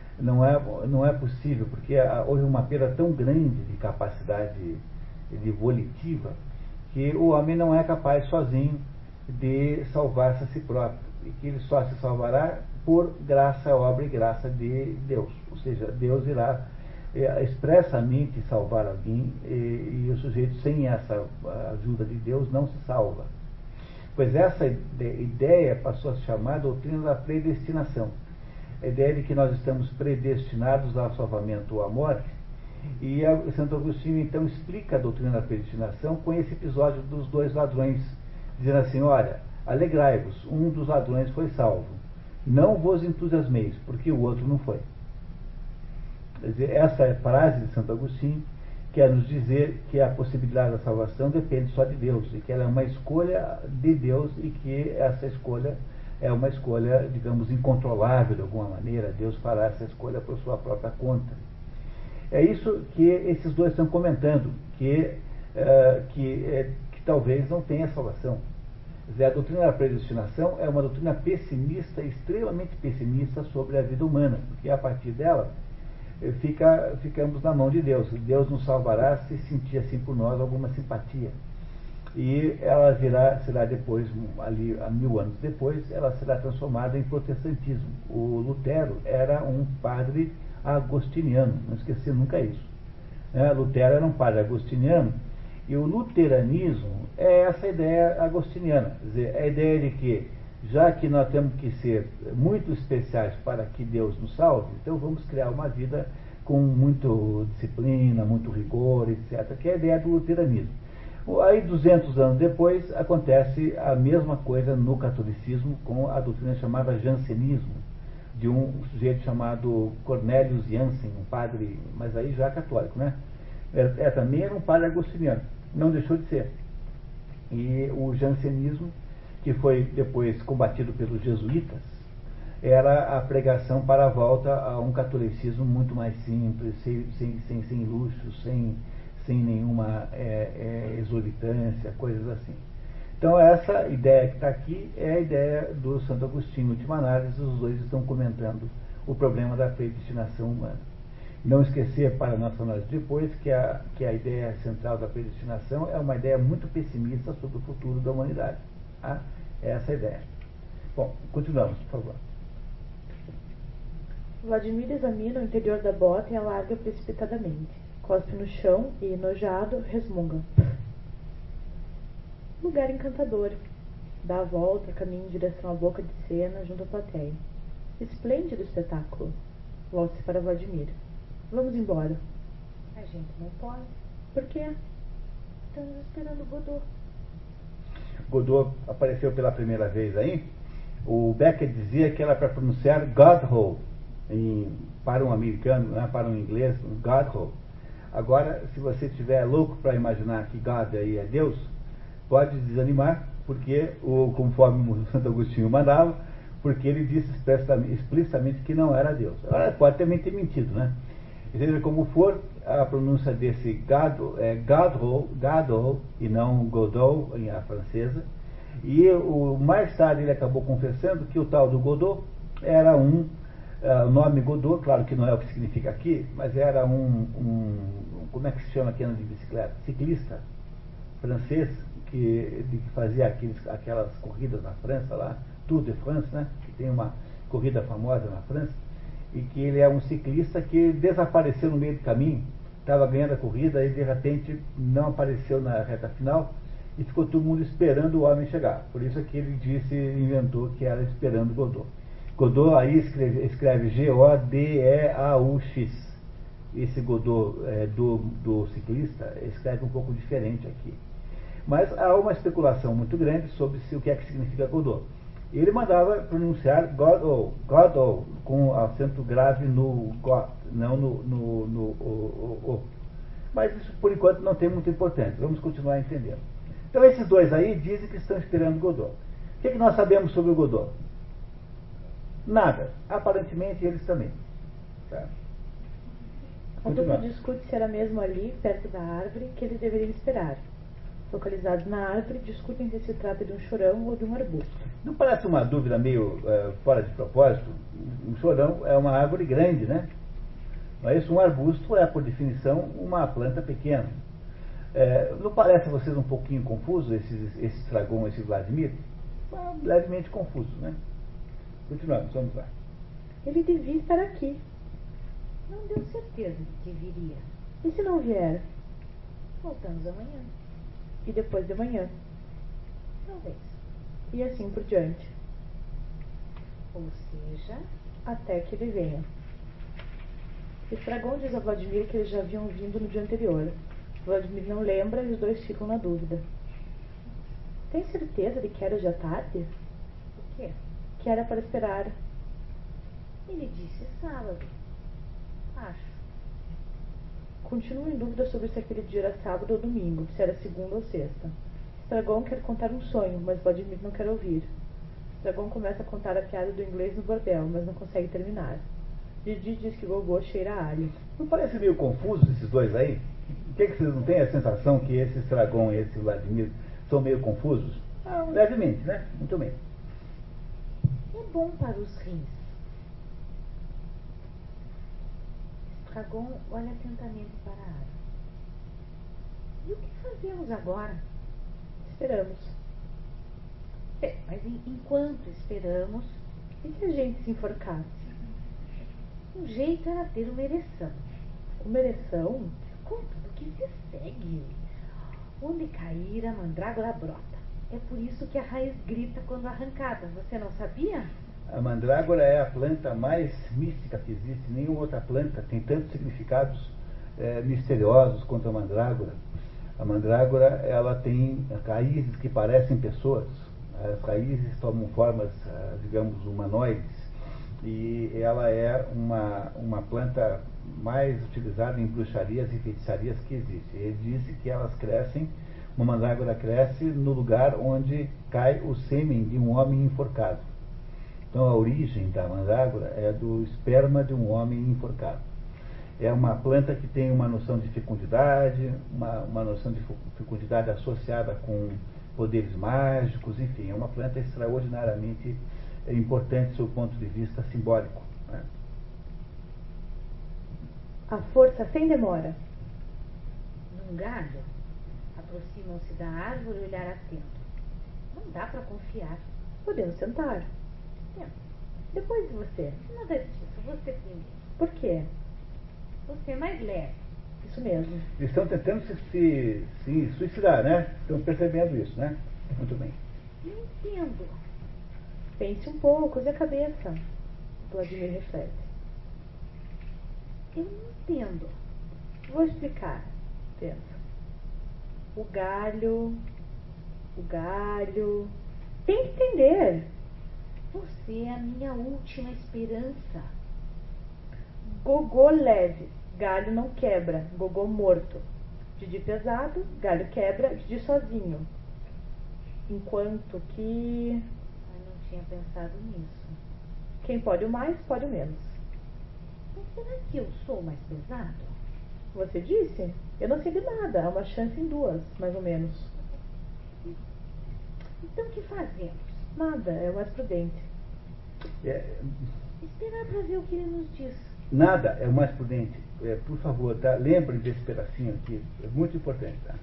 não é possível, porque houve uma perda tão grande de capacidade volitiva, que o homem não é capaz sozinho de salvar-se a si próprio, e que ele só se salvará por graça, obra e graça de Deus. Ou seja, Deus irá expressamente salvar alguém, e o sujeito sem essa ajuda de Deus não se salva. Pois essa ideia passou a se chamar doutrina da predestinação. A ideia de que nós estamos predestinados ao salvamento ou à morte. E Santo Agostinho então explica a doutrina da predestinação com esse episódio dos 2 ladrões, dizendo assim: olha, alegrai-vos, um dos ladrões foi salvo, não vos entusiasmeis, porque o outro não foi. Quer dizer, essa é a frase de Santo Agostinho, quer nos dizer que a possibilidade da salvação depende só de Deus, e que ela é uma escolha de Deus, e que essa escolha é uma escolha, digamos, incontrolável de alguma maneira. Deus fará essa escolha por sua própria conta. É isso que esses 2 estão comentando, que talvez não tenha salvação. Quer dizer, a doutrina da predestinação é uma doutrina pessimista, extremamente pessimista sobre a vida humana, porque a partir dela ficamos na mão de Deus. Deus nos salvará se sentir assim por nós alguma simpatia. E ela será depois, ali a 1000 anos depois, ela será transformada em protestantismo. O Lutero era um padre agostiniano, não esquecer nunca isso. Lutero era um padre agostiniano, e o luteranismo é essa ideia agostiniana, quer dizer, é a ideia de que, já que nós temos que ser muito especiais para que Deus nos salve, então vamos criar uma vida com muita disciplina, muito rigor, etc., que é a ideia do luteranismo. Aí, 200 anos depois, acontece a mesma coisa no catolicismo com a doutrina chamada jansenismo, de um sujeito chamado Cornelius Jansen, um padre, mas aí já católico, né? Também era um padre agostiniano, não deixou de ser. E o jansenismo, que foi depois combatido pelos jesuítas, era a pregação para a volta a um catolicismo muito mais simples, sem luxo, sem nenhuma exorbitância, coisas assim. Então essa ideia que está aqui é a ideia do Santo Agostinho. Em última análise, os dois estão comentando o problema da predestinação humana. Não esquecer, para a nossa análise depois, que a ideia central da predestinação é uma ideia muito pessimista sobre o futuro da humanidade. Tá? É essa a ideia. Bom, continuamos, por favor. Vladimir examina o interior da bota e a larga precipitadamente. Cospe no chão e, enojado, resmunga. Lugar encantador. Dá a volta, caminha em direção à boca de cena, junto à plateia. Esplêndido espetáculo. Volta-se para Vladimir. Vamos embora. A gente não pode. Por quê? Estamos esperando Godot. Godot apareceu pela primeira vez aí. O Beckett dizia que era para pronunciar Godot, para um americano, né, para um inglês, Godot. Agora, se você estiver louco para imaginar que God aí é Deus, pode desanimar, porque, conforme o Santo Agostinho mandava, porque ele disse explicitamente que não era Deus. Agora, pode também ter mentido, né? Seja como for, a pronúncia desse Godot é Godot, e não Godot, em a francesa. E mais tarde ele acabou confessando que o tal do Godot era o nome Godot, claro que não é o que significa aqui, mas era como é que se chama aqui de bicicleta? Ciclista francês, que fazia aquelas corridas na França lá, Tour de France, né? Que tem uma corrida famosa na França, e que ele é um ciclista que desapareceu no meio do caminho, estava ganhando a corrida e de repente não apareceu na reta final e ficou todo mundo esperando o homem chegar. Por isso é que ele inventou que era esperando Godot. Godot aí escreve G-O-D-E-A-U-X. Esse Godot do ciclista escreve um pouco diferente aqui. Mas há uma especulação muito grande sobre o que é que significa Godot. Ele mandava pronunciar Godot, com acento grave no Go, não no O. Mas isso, por enquanto, não tem muita importância. Vamos continuar entendendo. Então, esses dois aí dizem que estão esperando Godot. O que nós sabemos sobre o Godot? Nada. Aparentemente, eles também. Tá? A dupla discute se era mesmo ali, perto da árvore, que eles deveriam esperar. Localizados na árvore, discutem se trata de um chorão ou de um arbusto. Não parece uma dúvida meio fora de propósito? Um chorão é uma árvore grande, né? Mas um arbusto é, por definição, uma planta pequena. Não parece a vocês um pouquinho confuso esse Estragon, esse Vladimir? Levemente confuso, né? Continuamos, vamos lá. Ele devia estar aqui. Não deu certeza de que viria. E se não vier? Voltamos amanhã. E depois de manhã. Talvez. E assim por diante. Ou seja, até que ele venha. Estragon diz a Vladimir que eles já haviam vindo no dia anterior. Vladimir não lembra e os dois ficam na dúvida. Tem certeza de que era já tarde? o quê? Que era para esperar. Ele disse sábado. Acho. Continuo em dúvida sobre se aquele dia era sábado ou domingo, se era segunda ou sexta. Estragon quer contar um sonho, mas Vladimir não quer ouvir. Estragon começa a contar a piada do inglês no bordel, mas não consegue terminar. Didi diz que Gogô cheira a alho. Não parece meio confuso esses dois aí? O que vocês não têm a sensação que esse Estragon e esse Vladimir são meio confusos? Levemente, né? Muito bem. É bom para os rins. Estragon olha atentamente para a árvore. E o que fazemos agora? Esperamos. Mas enquanto esperamos, E se a gente se enforcasse? um jeito era ter uma ereção. Uma ereção? Com tudo que se segue. Onde cair, a mandrágora brota. É por isso que a raiz grita quando arrancada. Você não sabia? A mandrágora é a planta mais mística que existe. Nenhuma outra planta tem tantos significados misteriosos quanto a mandrágora. A mandrágora, ela tem raízes que parecem pessoas. As raízes tomam formas, digamos, humanoides. E ela é uma planta mais utilizada em bruxarias e feitiçarias que existe. Ele disse que elas crescem, uma mandrágora cresce no lugar onde cai o sêmen de um homem enforcado. Então a origem da mandrágora é do esperma de um homem enforcado. É uma planta que tem uma noção de fecundidade, uma noção de fecundidade associada com poderes mágicos, enfim, é uma planta extraordinariamente importante do seu ponto de vista simbólico, né? A força sem demora. Num galho, aproximam-se da árvore e olhar atento. Não dá para confiar. Podemos sentar. Depois de você. Nada disso, você primeiro. Por quê? Você é mais leve. Isso mesmo. Eles estão tentando se suicidar, né? Estão percebendo isso, né? Muito bem. Não entendo. Pense um pouco, use a cabeça. Vladimir reflete. Eu não entendo. Vou explicar. Pensa. O galho. Tem que entender. Você é a minha última esperança. Gogô leve, galho não quebra, gogô morto. Didi pesado, galho quebra, Didi sozinho. Enquanto que... Eu não tinha pensado nisso. Quem pode o mais, pode o menos. Mas será que eu sou mais pesado? Você disse? Eu não sei de nada, há uma chance em duas, mais ou menos. Então o que fazemos? Nada, é o mais prudente. Esperar para ver o que ele nos diz. Nada é o mais prudente. Por favor, tá? Lembre desse pedacinho aqui, é muito importante, tá?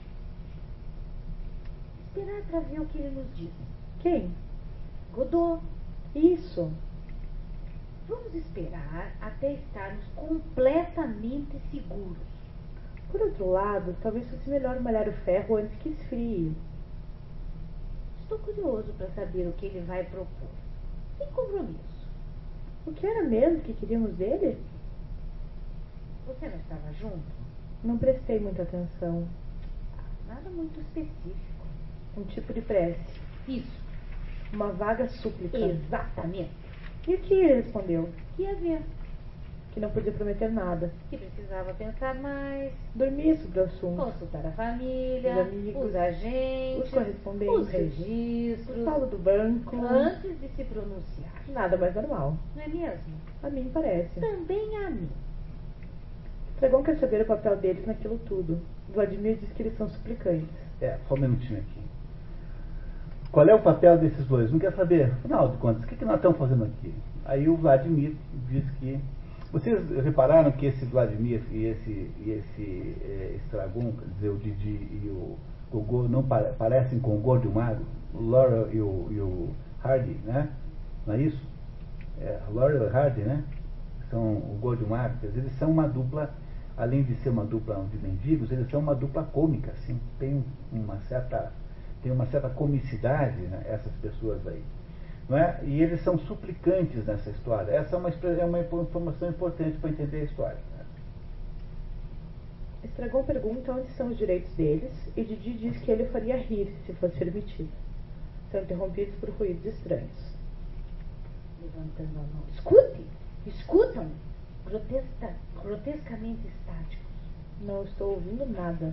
Esperar para ver o que ele nos diz. Quem? Godot. Isso. Vamos esperar até estarmos completamente seguros. Por outro lado, talvez fosse melhor malhar o ferro antes que esfrie. Estou curioso para saber o que ele vai propor. Sem compromisso. O que era mesmo que queríamos dele? Você não estava junto? Não prestei muita atenção. Nada muito específico. Um tipo de prece. Isso. Uma vaga súplica. Exatamente. E o que ele respondeu? Que ia ver. Que não podia prometer nada. Que precisava pensar mais. Dormir sobre o assunto. Consultar a família. Os amigos. Os agentes. Os correspondentes. Os registros. O saldo do banco. Antes de se pronunciar. Nada mais normal. Não é mesmo? A mim parece. Também a mim. Estragon quer saber o papel deles naquilo tudo. Vladimir diz que eles são suplicantes. Só um minutinho aqui. Qual é o papel desses dois? Não quer saber? Afinal de contas, o que nós estamos fazendo aqui? Aí o Vladimir diz que... Vocês repararam que esse Vladimir e esse Estragon, quer dizer, o Didi e o Gogô, não parecem com o Gordo e o Magro? O Laurel e o Hardy, né? Não é isso? Laurel e Hardy, né? São o Gordo e o Magro. Quer dizer, eles são uma dupla, além de ser uma dupla de mendigos, eles são uma dupla cômica, assim. Tem uma certa comicidade, né, essas pessoas aí. Não é? E eles são suplicantes nessa história. Essa é uma informação importante para entender a história. Né? Estragon pergunta onde são os direitos deles e Didi diz que ele faria rir se fosse permitido. São interrompidos por ruídos estranhos. Levantando a mão. Escute! Escutam! Grotescamente estáticos. Não estou ouvindo nada.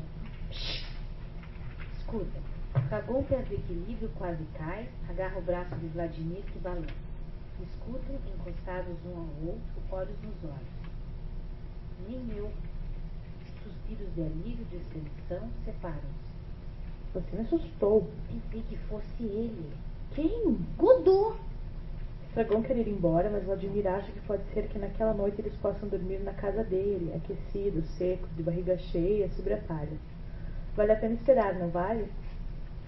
Escutem. Estragon perde o equilíbrio, quase cai, agarra o braço de Vladimir que balança. Escutam, encostados um ao outro, olhos nos olhos. Nem eu. Suspiros de alívio, de extensão, separam-se. Você me assustou. Pensei que fosse ele. Quem? Godot! Estragon quer ir embora, mas Vladimir acha que pode ser que naquela noite eles possam dormir na casa dele, aquecidos, secos, de barriga cheia, sobre a palha. Vale a pena esperar, não vale?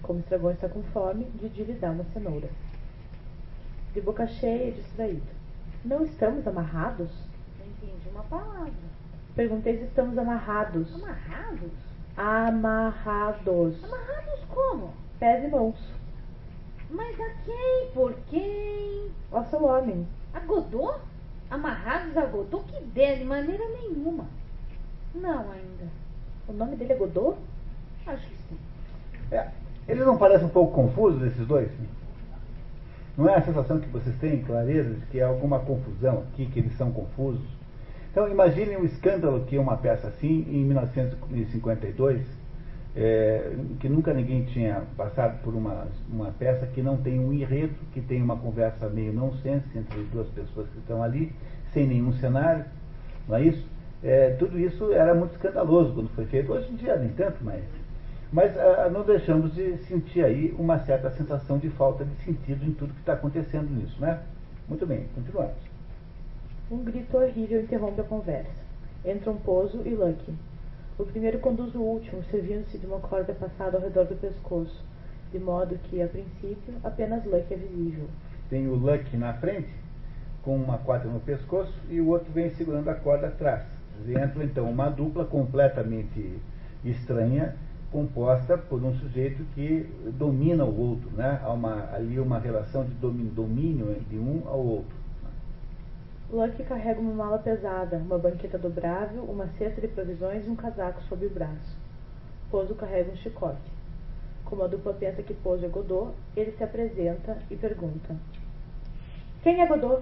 Como Estragon está com fome, Didi lhe dá uma cenoura. De boca cheia e distraído. Não estamos amarrados? Não entendi uma palavra. Perguntei se estamos amarrados. Amarrados? Amarrados. Amarrados como? Pés e mãos. Mas a quem? Por quem? Ó seu homem. A Godot? Amarrados a Godot? Que ideia, de maneira nenhuma. Não ainda. O nome dele é Godot? Acho que sim. Eles não parecem um pouco confusos, esses dois? Não é a sensação que vocês têm, clareza, de que há alguma confusão aqui, que eles são confusos? Então, imaginem o escândalo que é uma peça assim, em 1952, que nunca ninguém tinha passado por uma peça que não tem um enredo, que tem uma conversa meio nonsense entre duas pessoas que estão ali, sem nenhum cenário, não é isso? Tudo isso era muito escandaloso quando foi feito. Hoje em dia nem tanto, mas não deixamos de sentir aí uma certa sensação de falta de sentido em tudo que está acontecendo nisso, né? Muito bem, continuamos. Um grito horrível interrompe a conversa. Entram Pozo e Lucky. O primeiro conduz o último, servindo-se de uma corda passada ao redor do pescoço, de modo que, a princípio, apenas Lucky é visível. Tem o Lucky na frente, com uma corda no pescoço, e o outro vem segurando a corda atrás. Entra, então, uma dupla completamente estranha, composta por um sujeito que domina o outro, né? Há ali uma relação de domínio de um ao outro. Lucky carrega uma mala pesada, uma banqueta dobrável, uma cesta de provisões e um casaco sob o braço. Pozo carrega um chicote. Como a dupla pensa que Pozo é Godot, ele se apresenta e pergunta: quem é Godot?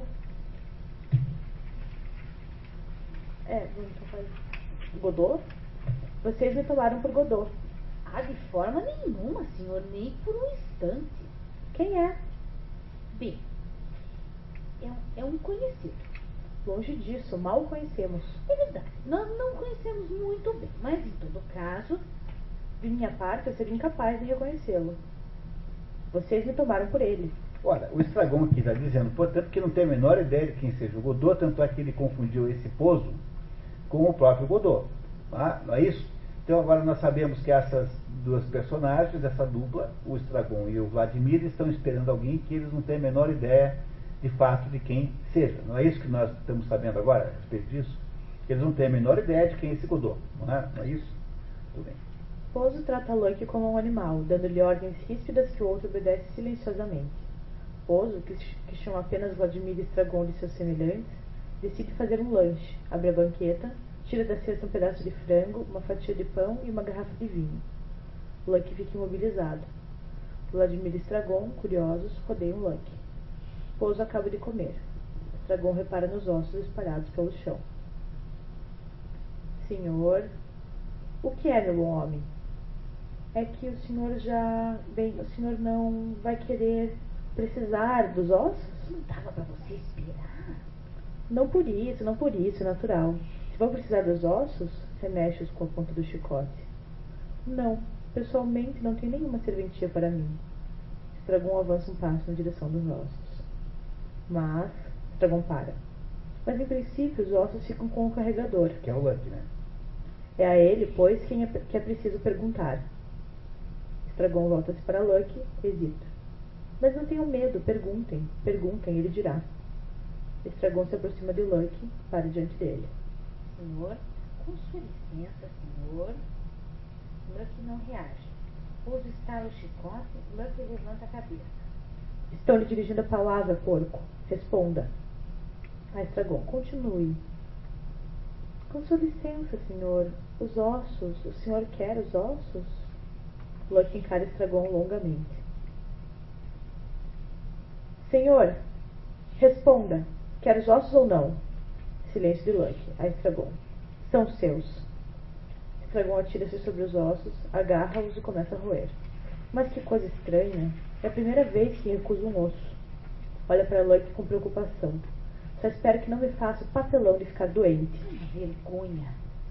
Godot? Vocês me tomaram por Godot. Ah, de forma nenhuma, senhor, nem por um instante. Quem é? B. É um conhecido. Longe disso, mal o conhecemos. É verdade, nós não conhecemos muito bem, mas em todo caso... De minha parte, eu seria incapaz de reconhecê-lo. Vocês me tomaram por ele. Ora, o Estragon aqui está dizendo, portanto, que não tem a menor ideia de quem seja o Godot, tanto é que ele confundiu esse Pozo com o próprio Godot. Não é isso? Então agora nós sabemos que essas duas personagens, essa dupla, o Estragon e o Vladimir, estão esperando alguém que eles não têm a menor ideia de fato de quem seja. Não é isso que nós estamos sabendo agora a respeito disso? Eles não têm a menor ideia de quem é esse Godot. Não é isso? Tudo bem. Pozo trata Lucky como um animal, dando-lhe ordens ríspidas que o outro obedece silenciosamente. Pozo, que chama apenas Vladimir e Estragon de seus semelhantes, decide fazer um lanche, abre a banqueta, tira da cesta um pedaço de frango, uma fatia de pão e uma garrafa de vinho. Lucky fica imobilizado. Vladimir e Estragon, curiosos, rodeiam Lucky. Pozo acaba de comer. Estragon repara nos ossos espalhados pelo chão. Senhor, o que é, meu bom homem? É que o senhor o senhor não vai querer precisar dos ossos? Não dava para você esperar? Não por isso, é natural. Se vão precisar dos ossos, remexe-os com a ponta do chicote. Não, pessoalmente não tem nenhuma serventia para mim. Estragon avança um passo na direção dos ossos. Mas, Estragon para. Mas em princípio os ossos ficam com o carregador. Que é o Lucky, né? É a ele, pois, que é preciso perguntar. Estragon volta-se para Lucky, hesita. Mas não tenham medo, perguntem, ele dirá. Estragon se aproxima de Lucky, para diante dele. Senhor, com sua licença, senhor. Lucky não reage. Pozo estala o chicote, Lucky levanta a cabeça. Estão lhe dirigindo a palavra, porco. Responda. Estragon, continue. Com sua licença, senhor. Os ossos. O senhor quer os ossos? Lucky encara Estragon longamente. Senhor, responda. Quer os ossos ou não? Silêncio de Lucky. Estragon. São seus. Estragon atira-se sobre os ossos, agarra-os e começa a roer. Mas que coisa estranha. É a primeira vez que recuso um osso. Olha para Lucky com preocupação. Só espero que não me faça o papelão de ficar doente. Vergonha.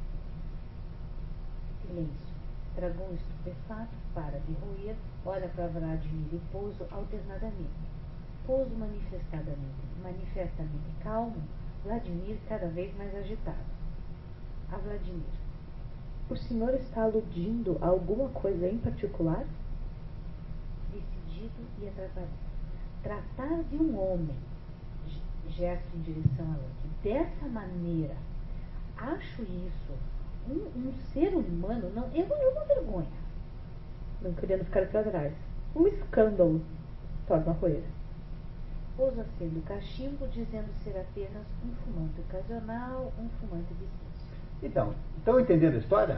Silêncio. Estragon estupefato para de roer, olha para Vladimir e Pozo alternadamente. Pozo manifestamente calmo, Vladimir cada vez mais agitado. A Vladimir. O senhor está aludindo a alguma coisa em particular? perdido e atrapalhado. Tratar de um homem, gesto em direção a Lucky, dessa maneira, acho isso um ser humano, não, é uma vergonha. Não querendo ficar para trás. Um escândalo, torna a roer. Pôs acendo o cachimbo, dizendo ser apenas um fumante ocasional, um fumante de vício. Então, estão entendendo a história?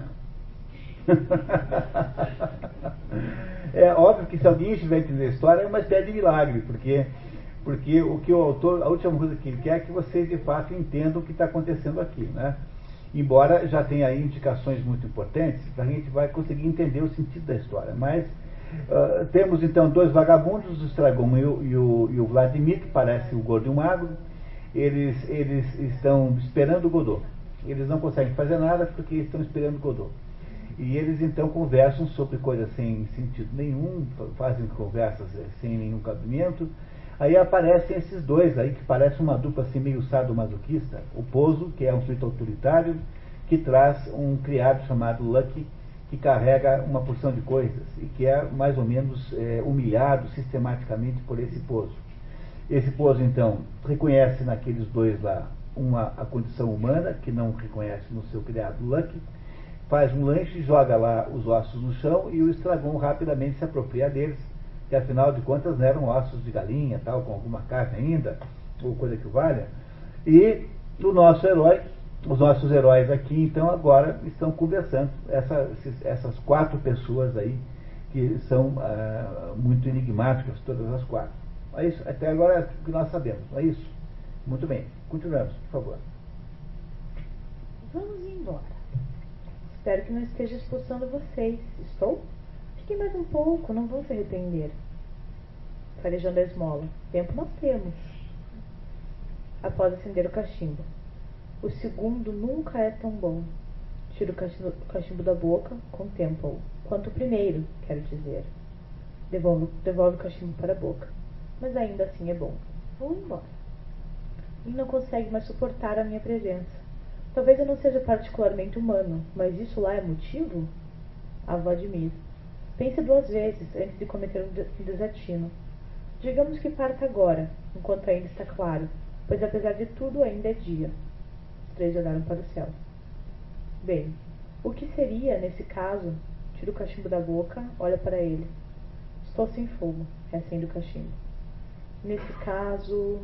É óbvio que se alguém estiver entendendo a história é uma espécie de milagre, porque o que o autor, a última coisa que ele quer é que vocês de fato entendam o que está acontecendo aqui, né? Embora já tenha aí indicações muito importantes, a gente vai conseguir entender o sentido da história. Mas temos então dois vagabundos, o Estragon e o Vladimir, que parece o gordo e o magro. Eles estão esperando o Godot. Eles não conseguem fazer nada porque estão esperando o Godot. E eles então conversam sobre coisas sem sentido nenhum, fazem conversas sem nenhum cabimento. Aí aparecem esses dois aí, que parecem uma dupla assim meio sadomasoquista. O Pozo, que é um sujeito autoritário, que traz um criado chamado Lucky, que carrega uma porção de coisas e que é mais ou menos humilhado sistematicamente por esse Pozo. Esse Pozo então reconhece naqueles dois lá a condição humana, que não reconhece no seu criado Lucky, faz um lanche, joga lá os ossos no chão e o Estragon rapidamente se apropria deles, que afinal de contas não eram ossos de galinha, tal, com alguma carne ainda, ou coisa que valha. E o nosso herói, os nossos heróis aqui, então, agora estão conversando, essas quatro pessoas aí, que são muito enigmáticas, todas as quatro. É isso, até agora é o que nós sabemos, é isso? Muito bem, continuamos, por favor. Vamos embora. Espero que não esteja expulsando vocês. Estou? Fiquem mais um pouco, não vão se arrepender. Farejando a esmola. Tempo nós temos. Após acender o cachimbo. O segundo nunca é tão bom. Tira o cachimbo da boca, contempla-o. Quanto o primeiro, quero dizer. Devolve o cachimbo para a boca. Mas ainda assim é bom. Vou embora. Ele não consegue mais suportar a minha presença. Talvez eu não seja particularmente humano, mas isso lá é motivo? A Vladimir. Pense duas vezes antes de cometer um desatino. Digamos que parta agora, enquanto ainda está claro, pois apesar de tudo ainda é dia. Os três olharam para o céu. Bem, o que seria, nesse caso? Tira o cachimbo da boca, olha para ele. Estou sem fogo, reacende o cachimbo. Nesse caso,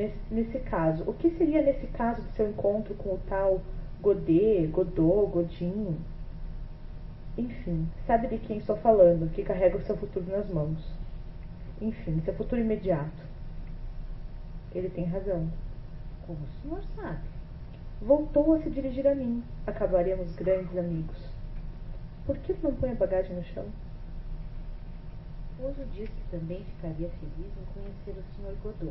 o que seria nesse caso do seu encontro com o tal Godot, Godin? Enfim, sabe de quem estou falando, que carrega o seu futuro nas mãos. Enfim, seu futuro imediato. Ele tem razão. Como o senhor sabe? Voltou a se dirigir a mim. Acabaremos grandes amigos. Por que não põe a bagagem no chão? Pozo disse que também ficaria feliz em conhecer o Sr. Godot.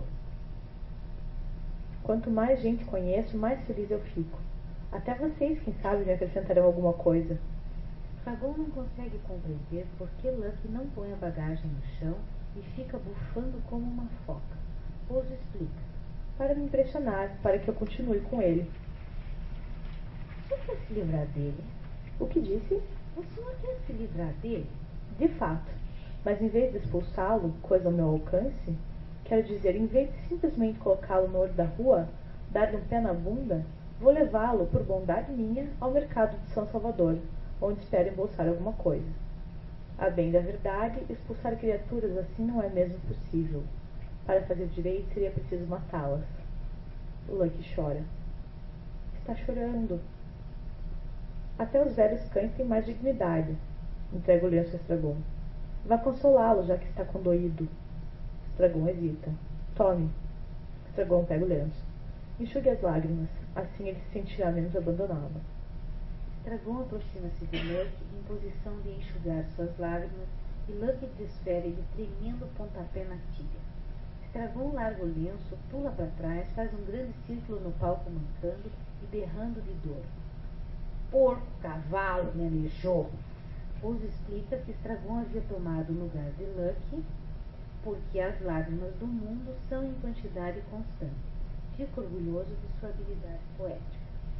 Quanto mais gente conheço, mais feliz eu fico. Até vocês, quem sabe, me acrescentarão alguma coisa. Dragon não consegue compreender por que Lucky não põe a bagagem no chão e fica bufando como uma foca. Pozo explica. Para me impressionar, para que eu continue com ele. O senhor quer se livrar dele? O que disse? O senhor quer se livrar dele? De fato. Mas em vez de expulsá-lo, coisa ao meu alcance, quero dizer, em vez de simplesmente colocá-lo no olho da rua, dar-lhe um pé na bunda, vou levá-lo, por bondade minha, ao mercado de São Salvador, onde espero embolsar alguma coisa. A bem da verdade, expulsar criaturas assim não é mesmo possível. Para fazer direito seria preciso matá-las. O Lucky chora. Está chorando. Até os velhos cães têm mais dignidade. Entrega o lenço a Estragon. Vá consolá-lo, já que está condoído. Estragon hesita. Tome. Estragon pega o lenço. Enxugue as lágrimas. Assim ele se sentirá menos abandonado. Estragon aproxima-se de Lucky em posição de enxugar suas lágrimas e Lucky desfere-lhe tremendo pontapé na tíbia. Estragon larga o lenço, pula para trás, faz um grande círculo no palco mancando e berrando de dor. Porco, cavalo, me aleijou. Pozo explica que Estragon havia tomado o lugar de Lucky porque as lágrimas do mundo são em quantidade constante. Fico orgulhoso de sua habilidade poética.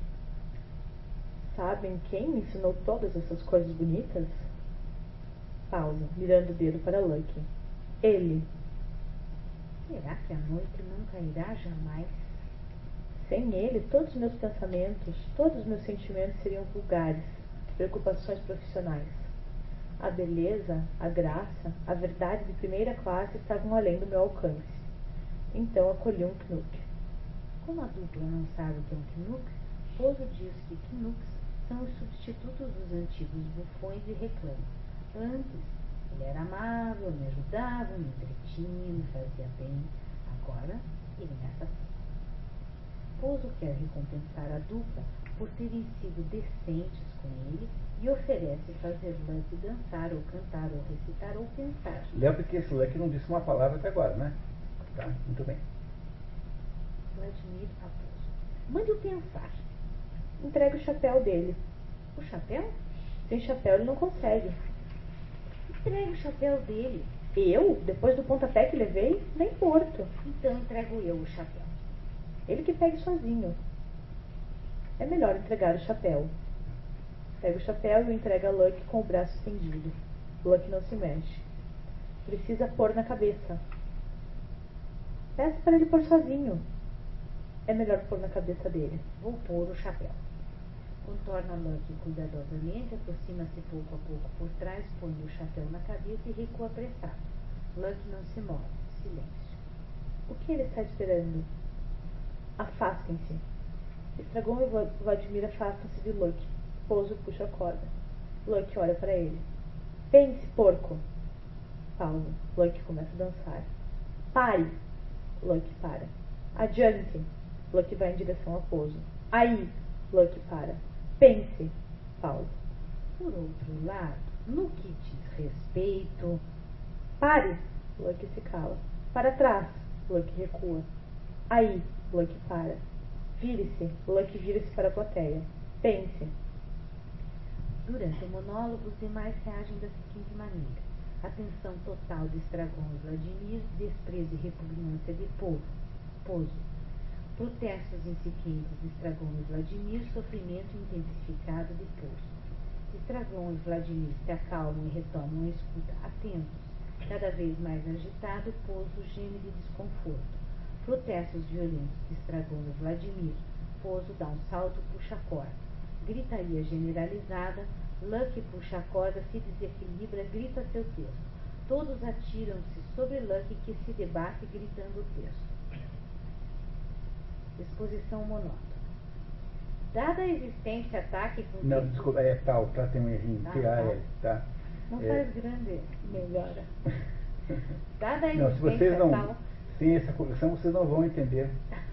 Sabem quem me ensinou todas essas coisas bonitas? Pausa, mirando o dedo para Lucky. Ele. Será que a noite não cairá jamais? Sem ele, todos os meus pensamentos, todos os meus sentimentos seriam vulgares, preocupações profissionais. A beleza, a graça, a verdade de primeira classe estavam além do meu alcance. Então acolhi um Knuck. Como a dupla não sabe o que é um Knuck, Pozo diz que Knucks são os substitutos dos antigos bufões e reclama. Antes, ele era amável, me ajudava, me entretinha, me fazia bem. Agora, ele me assassina. Pozo quer recompensar a dupla por terem sido decentes com ele e oferece fazer Luck dançar, ou cantar, ou recitar, ou pensar. Lembra que esse Luck não disse uma palavra até agora, né? Tá, muito bem. Vladimir a Pozo. Mande-o pensar. Entrega o chapéu dele. O chapéu? Sem chapéu ele não consegue. Entregue o chapéu dele. Eu? Depois do pontapé que levei? Nem morto. Então entrego eu o chapéu. Ele que pegue sozinho. É melhor entregar o chapéu. Pega o chapéu e o entrega a Luck com o braço estendido. Luck não se mexe. Precisa pôr na cabeça. Peça para ele pôr sozinho. É melhor pôr na cabeça dele. Vou pôr o chapéu. Contorna Luck cuidadosamente, aproxima-se pouco a pouco por trás, põe o chapéu na cabeça e recua apressado. Luck não se move. Silêncio. O que ele está esperando? Afastem-se. Estragon e Vladimir afastam-se de Luck. Pozo puxa a corda. Luck olha para ele. Pense, porco. Pausa. Luck começa a dançar. Pare. Luck para. Adiante. Luck vai em direção a Pozo. Aí. Luck para. Pense. Pausa. Por outro lado, no que diz respeito... Pare. Luck se cala. Para trás. Luck recua. Aí. Luck para. Vire-se. Luck vira-se para a plateia. Pense. Durante o monólogo, os demais reagem da seguinte maneira: atenção total de Estragon e Vladimir, desprezo e repugnância de Pozo. Protestos incipientes de Estragon e Vladimir, sofrimento intensificado de Pozo. Estragon e Vladimir se acalmam e retomam a escuta atentos. Cada vez mais agitado, Pozo geme de desconforto. Protestos violentos de Estragon e Vladimir. Pozo dá um salto, puxa a corda. Gritaria generalizada. Luck puxa a corda, se desequilibra, grita seu texto. Todos atiram-se sobre Luck, que se debate gritando o texto. Exposição monótona. Dada a existência ataque com... Não, desculpa, é tal, tá, tem um errinho. Tá. Não faz grande, melhora. Dada a Não, se vocês existência não... tal... Sem essa correção, vocês não vão entender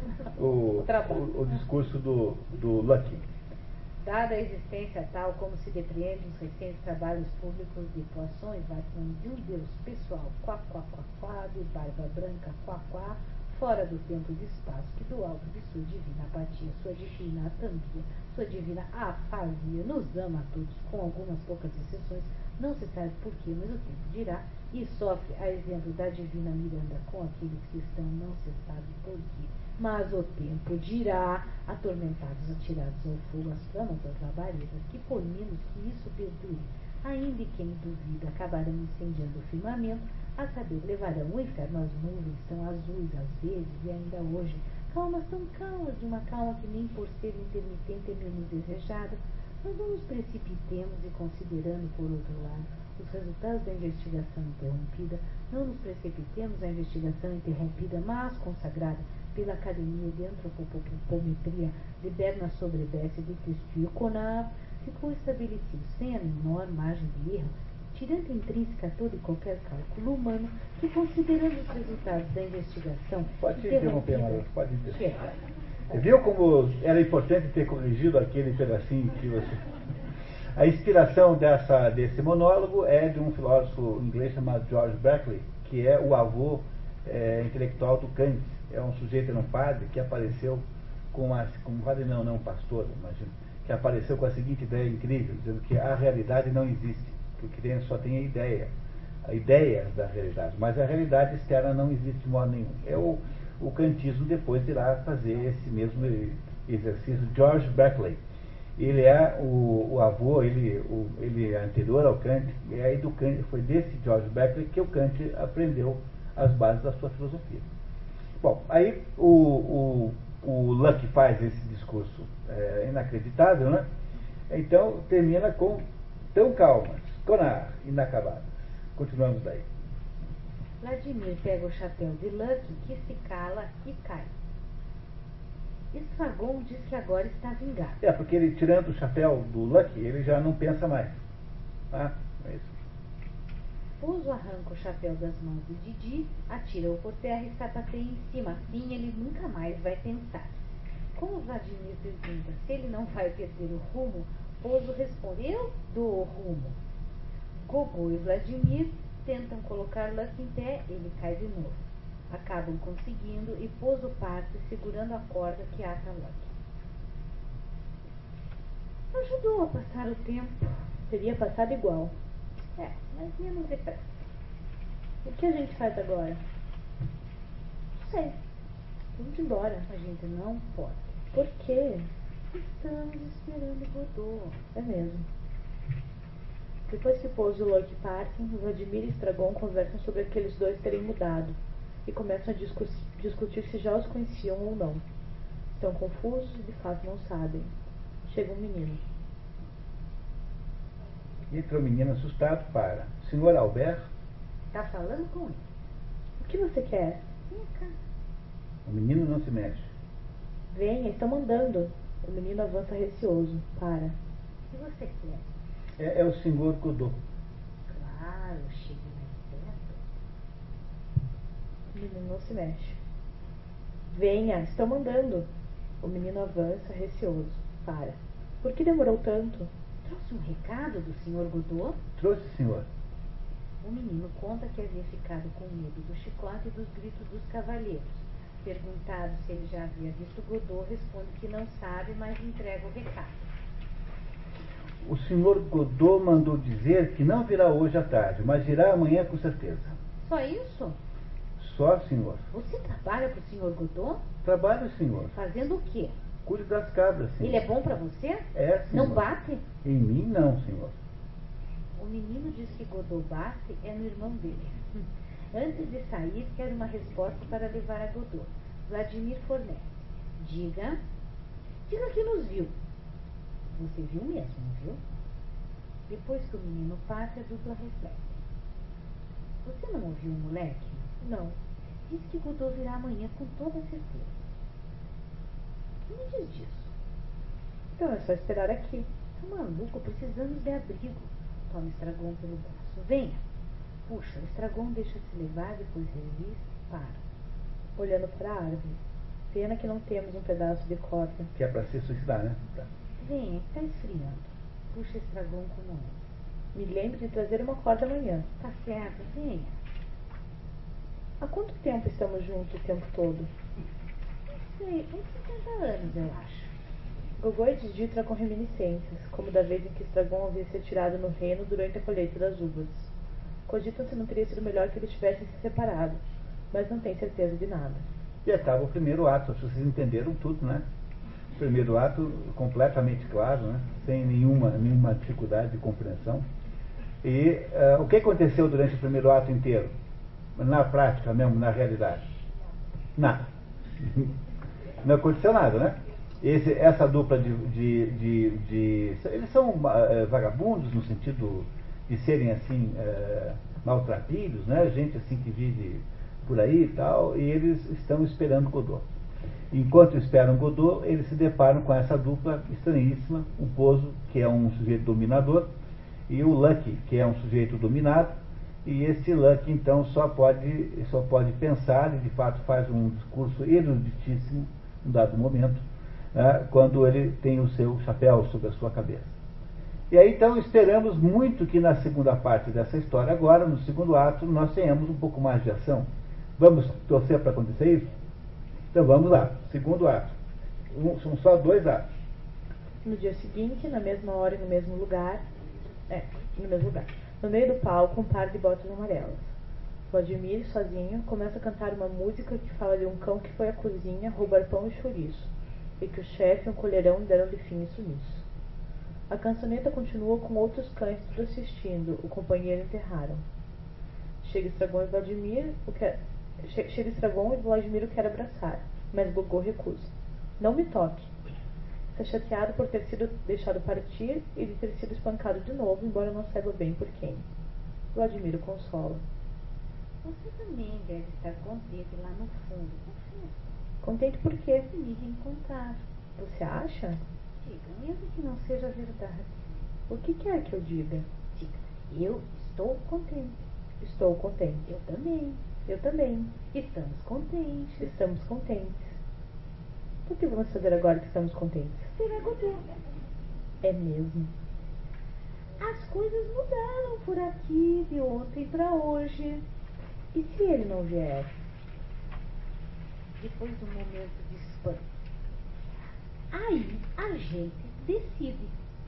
o discurso do Lucky. Dada a existência tal como se depreende nos recentes trabalhos públicos de poções, Batman de um Deus pessoal, quá, quá, quá, quá, de barba branca, quá, quá, fora do tempo de espaço, que do alto de sua divina apatia, sua divina atambia, sua divina afasia, nos ama a todos, com algumas poucas exceções, não se sabe porquê, mas o tempo dirá, e sofre a exemplo da divina Miranda com aqueles que estão, não se sabe porquê. Mas o tempo dirá, atormentados, atirados ao fogo, as flamas das labaredas, que por menos que isso perdure, ainda e quem duvida, acabarão incendiando o firmamento, a saber, levarão o inferno às nuvens, tão azuis às vezes, e ainda hoje, calmas tão calmas, de uma calma que nem por ser intermitente é menos desejada, mas não nos precipitemos e considerando, por outro lado, os resultados da investigação interrompida, não nos precipitemos à investigação interrompida, mas consagrada pela Academia de Antropometria de Berna Sobrebesse de Testícola, ficou estabelecido sem a menor margem de erro, tirando intrínseca todo e qualquer cálculo humano, que considerando os resultados da investigação Pode interromper, Maria, pode interromper. Chega. Viu como era importante ter corrigido aquele pedacinho que você... A inspiração desse monólogo é de um filósofo inglês chamado George Berkeley, que é o avô intelectual do Kant. É um sujeito, era um padre, que apareceu com um padre não, um pastor, imagino, que apareceu com a seguinte ideia incrível, dizendo que a realidade não existe, que o que tem só tem a ideia da realidade, mas a realidade externa não existe de modo nenhum. O kantismo depois irá fazer esse mesmo exercício, George Berkeley. Ele é o avô, ele é anterior ao Kant, e aí do Kant, foi desse George Berkeley que o Kant aprendeu as bases da sua filosofia. Bom, aí o Luck faz esse discurso inacreditável, né? Então termina com tão calmas, conar, inacabadas. Continuamos daí. Vladimir pega o chapéu de Luck, que se cala e cai. Estragon diz que agora está vingado. Porque ele, tirando o chapéu do Luck, ele já não pensa mais. Tá? É isso. Pouso arranca o chapéu das mãos de Didi, atira-o por terra e sapateia em cima. Assim ele nunca mais vai pensar. Como Vladimir pergunta se ele não vai perder o rumo, Pouso responde: eu dou o rumo. Gogô e Vladimir tentam colocar Luck em pé, ele cai de novo. Acabam conseguindo e Pouso parte segurando a corda que ata Luck. Ajudou a passar o tempo. Teria passado igual. Mas menos depressa. O que a gente faz agora? Não sei. Vamos embora. A gente não pode. Por quê? Estamos esperando Godot. É mesmo. Depois que Pouso e Luck partem, Vladimir e Estragon conversam sobre aqueles dois terem mudado e começam a discutir se já os conheciam ou não. Estão confusos e de fato não sabem. Chega um menino. Entra o menino assustado para: Senhor Albert? Tá falando com ele. O que você quer? Vem cá. O menino não se mexe. Venha, estão mandando. O menino avança receoso. Para. O que você quer? É o senhor Godot. Claro, chegue mais perto. O menino não se mexe. Venha, estão mandando. O menino avança receoso. Para. Por que demorou tanto? Trouxe um recado do Sr. Godot? Trouxe, senhor. O menino conta que havia ficado com medo do chicote e dos gritos dos cavalheiros. Perguntado se ele já havia visto Godot, responde que não sabe, mas entrega o recado. O senhor Godot mandou dizer que não virá hoje à tarde, mas virá amanhã com certeza. Só isso? Só, senhor. Você trabalha para o Sr. Godot? Trabalho, senhor. Fazendo o quê? Cuide das cabras, senhor. Ele é bom para você? É, senhor. Não bate? Em mim, não, senhor. O menino diz que Godot bate é no irmão dele. Antes de sair, quer uma resposta para levar a Godot. Vladimir fornece. Diga que nos viu. Você viu mesmo, não viu? Depois que o menino parte, a dupla reflete. Você não ouviu o moleque? Não. Diz que Godot virá amanhã com toda certeza. O que me diz disso? Então é só esperar aqui. Tá maluco? Precisamos de abrigo. Toma Estragon pelo braço. Venha. Puxa, Estragon deixa-se levar, depois resiste, para. Olhando para a árvore. Pena que não temos um pedaço de corda. Que é para se suicidar, né? Tá. Venha, está esfriando. Puxa Estragon como é. Me lembre de trazer uma corda amanhã. Tá certo, venha. Há quanto tempo estamos juntos o tempo todo? Não sei, uns 50 anos, eu acho. Gogô e Didi trocam reminiscências, como da vez em que Estragon havia se tirado no reino durante a colheita das uvas. Cogitam se não teria sido melhor que eles tivessem se separado, mas não tem certeza de nada. E acaba o primeiro ato, acho que vocês entenderam tudo, né? O primeiro ato completamente claro, né? Sem nenhuma dificuldade de compreensão. E o que aconteceu durante o primeiro ato inteiro? Na prática mesmo, na realidade? Nada. Não aconteceu nada, né? Essa dupla eles são vagabundos no sentido de serem assim maltrapilhos, né? Gente assim que vive por aí e tal, e eles estão esperando Godot. Enquanto esperam Godot, eles se deparam com essa dupla estranhíssima, o Pouso, que é um sujeito dominador, e o Luck, que é um sujeito dominado, e esse Luck então só pode pensar, e de fato faz um discurso eruditíssimo em dado momento, né, quando ele tem o seu chapéu sobre a sua cabeça. E aí então esperamos muito que na segunda parte dessa história agora, no segundo ato, nós tenhamos um pouco mais de ação. Vamos torcer para acontecer isso? Então vamos lá, segundo ato. São só 2 atos. No dia seguinte, na mesma hora e no mesmo lugar, no meio do palco, um par de botas amarelas. Vladimir, sozinho, começa a cantar uma música que fala de um cão que foi à cozinha roubar pão e chouriço, e que o chefe e um colherão deram de fim e sumiço. A cançoneta continua com outros cães tudo assistindo. O companheiro enterraram. Chega Estragon e Vladimir o quer abraçar, mas Gogô recusa. Não me toque. Está chateado por ter sido deixado partir e de ter sido espancado de novo, embora não saiba bem por quem. Vladimir o consola. Você também deve estar contente lá no fundo. Confesso. Contente por quê? De me reencontrar. Você acha? Diga, mesmo que não seja verdade. O que quer que eu diga? Diga, eu estou contente. Estou contente. Eu também. Eu também. Estamos contentes. Estamos contentes. O que vamos fazer agora que estamos contentes? Será Godot. É mesmo. As coisas mudaram por aqui de ontem para hoje. E se ele não vier? Depois do momento de espanto. Aí a gente decide.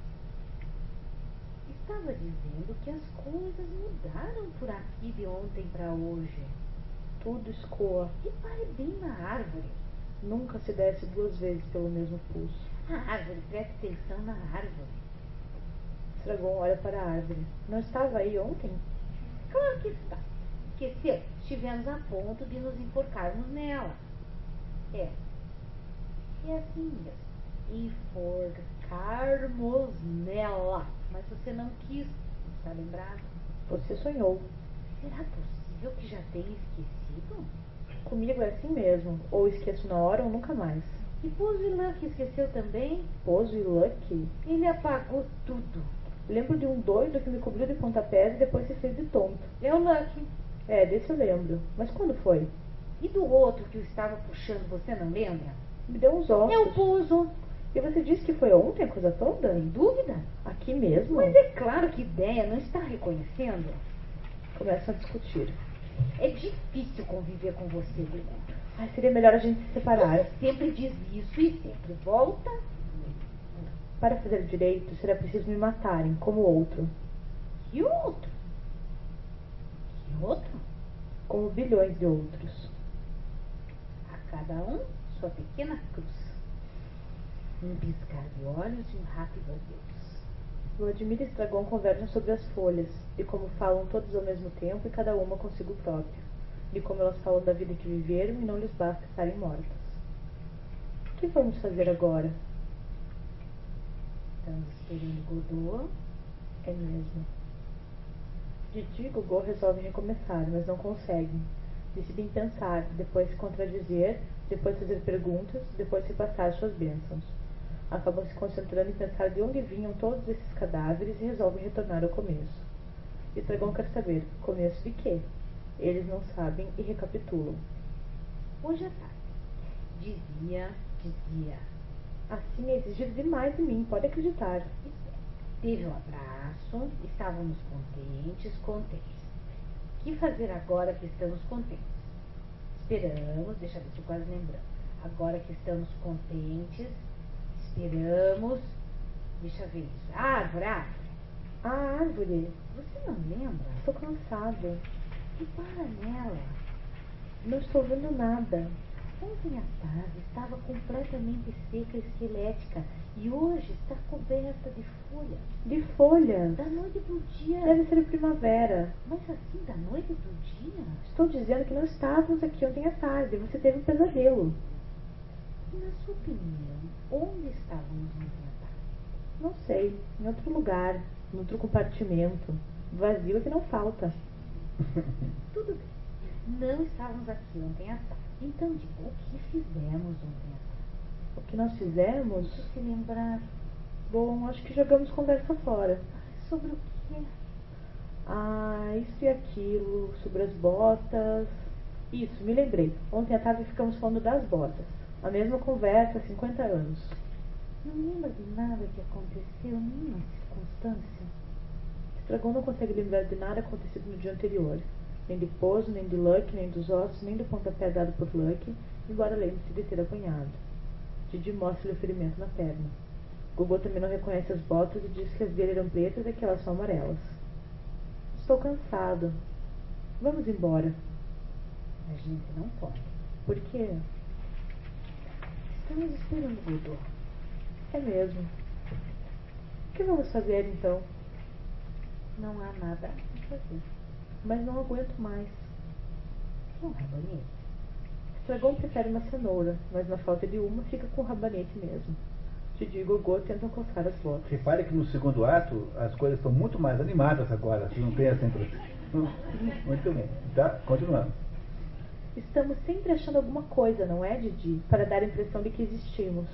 Estava dizendo que as coisas mudaram por aqui de ontem para hoje. Tudo escoa. Repare bem na árvore. Nunca se desce 2 vezes pelo mesmo pulso. A árvore, preste atenção na árvore. Estragon olha para a árvore. Não estava aí ontem? Claro que está. Esqueceu? Estivemos a ponto de nos enforcarmos nela. É assim mesmo. Enforcarmos nela. Mas você não quis. Está lembrado? Você sonhou. Será possível que já tenha esquecido? Comigo é assim mesmo. Ou esqueço na hora ou nunca mais. E Pozo e Lucky esqueceu também? Pozo e Lucky? Ele apagou tudo. Lembro de um doido que me cobriu de pontapés e depois se fez de tonto. É o Lucky. É, desse eu lembro. Mas quando foi? E do outro que o estava puxando, você não lembra? Me deu uns ossos. É o Pozo. E você disse que foi ontem a coisa toda? Sem dúvida. Aqui mesmo? Mas é claro que ideia, não está reconhecendo? Começam a discutir. É difícil conviver com você, Gogô. Ai, seria melhor a gente se separar. Você sempre diz isso e sempre volta. Para fazer direito, será preciso me matarem, como outro. Que outro? Que outro? Como bilhões de outros. A cada um, sua pequena cruz. Um piscar de olhos e um rápido adeus. Vladimir e Estragon conversam sobre as folhas, de como falam todas ao mesmo tempo e cada uma consigo próprio, de como elas falam da vida que viveram e não lhes basta estarem mortas. O que vamos fazer agora? Estamos esperando Godot. É mesmo. Didi e Gogô resolvem recomeçar, mas não conseguem. Decidem pensar, depois se contradizer, depois fazer perguntas, depois se passar suas bênçãos. Acabam se concentrando em pensar de onde vinham todos esses cadáveres e resolvem retornar ao começo. Estragon quer saber, começo de quê? Eles não sabem e recapitulam. Hoje à tarde. Dizia. Assim é exigido demais de mim, pode acreditar. Teve um abraço, estávamos contentes. Que fazer agora que estamos contentes? Esperamos, deixa eu ver se eu quase lembrando. Agora que estamos contentes, esperamos, deixa eu ver isso. Árvore. A árvore. Você não lembra? Estou cansado. E para nela. Não estou vendo nada. Ontem à tarde estava completamente seca e esquelética e hoje está coberta de folhas. De folhas? Da noite pro dia. Deve ser primavera. Mas assim, da noite pro dia? Estou dizendo que não estávamos aqui ontem à tarde. Você teve um pesadelo. E na sua opinião, onde estávamos ontem à tarde? Não sei. Em outro lugar. Em outro compartimento. Vazio é que não falta. Tudo bem. Não estávamos aqui ontem à tarde. Então, diga, o que fizemos ontem à tarde? O que nós fizemos? Deixa eu se lembrar. Bom, acho que jogamos conversa fora. Sobre o quê? Isso e aquilo, sobre as botas. Isso, me lembrei. Ontem à tarde ficamos falando das botas. A mesma conversa há 50 anos. Não lembra de nada que aconteceu, nenhuma circunstância? Estragon não consegue lembrar de nada acontecido no dia anterior. Nem de Pozo, nem de Lucky, nem dos ossos, nem do pontapé dado por Lucky, embora lembre-se de ter apanhado. Didi mostra-lhe o ferimento na perna. Gogô também não reconhece as botas e diz que as dele eram pretas e que elas são amarelas. Estou cansado. Vamos embora. A gente não pode. Por quê? Estamos esperando Godot. É mesmo. que vamos fazer então? Não há nada a fazer. Mas não aguento mais. Que um rabanete. Estragão prefere uma cenoura, mas na falta de uma, fica com o rabanete mesmo. Didi e Gogô tentam coçar as botas. Repare que no segundo ato as coisas estão muito mais animadas agora, você não tem essa impressão. Muito bem, tá? Continuando. Estamos sempre achando alguma coisa, não é, Didi? Para dar a impressão de que existimos.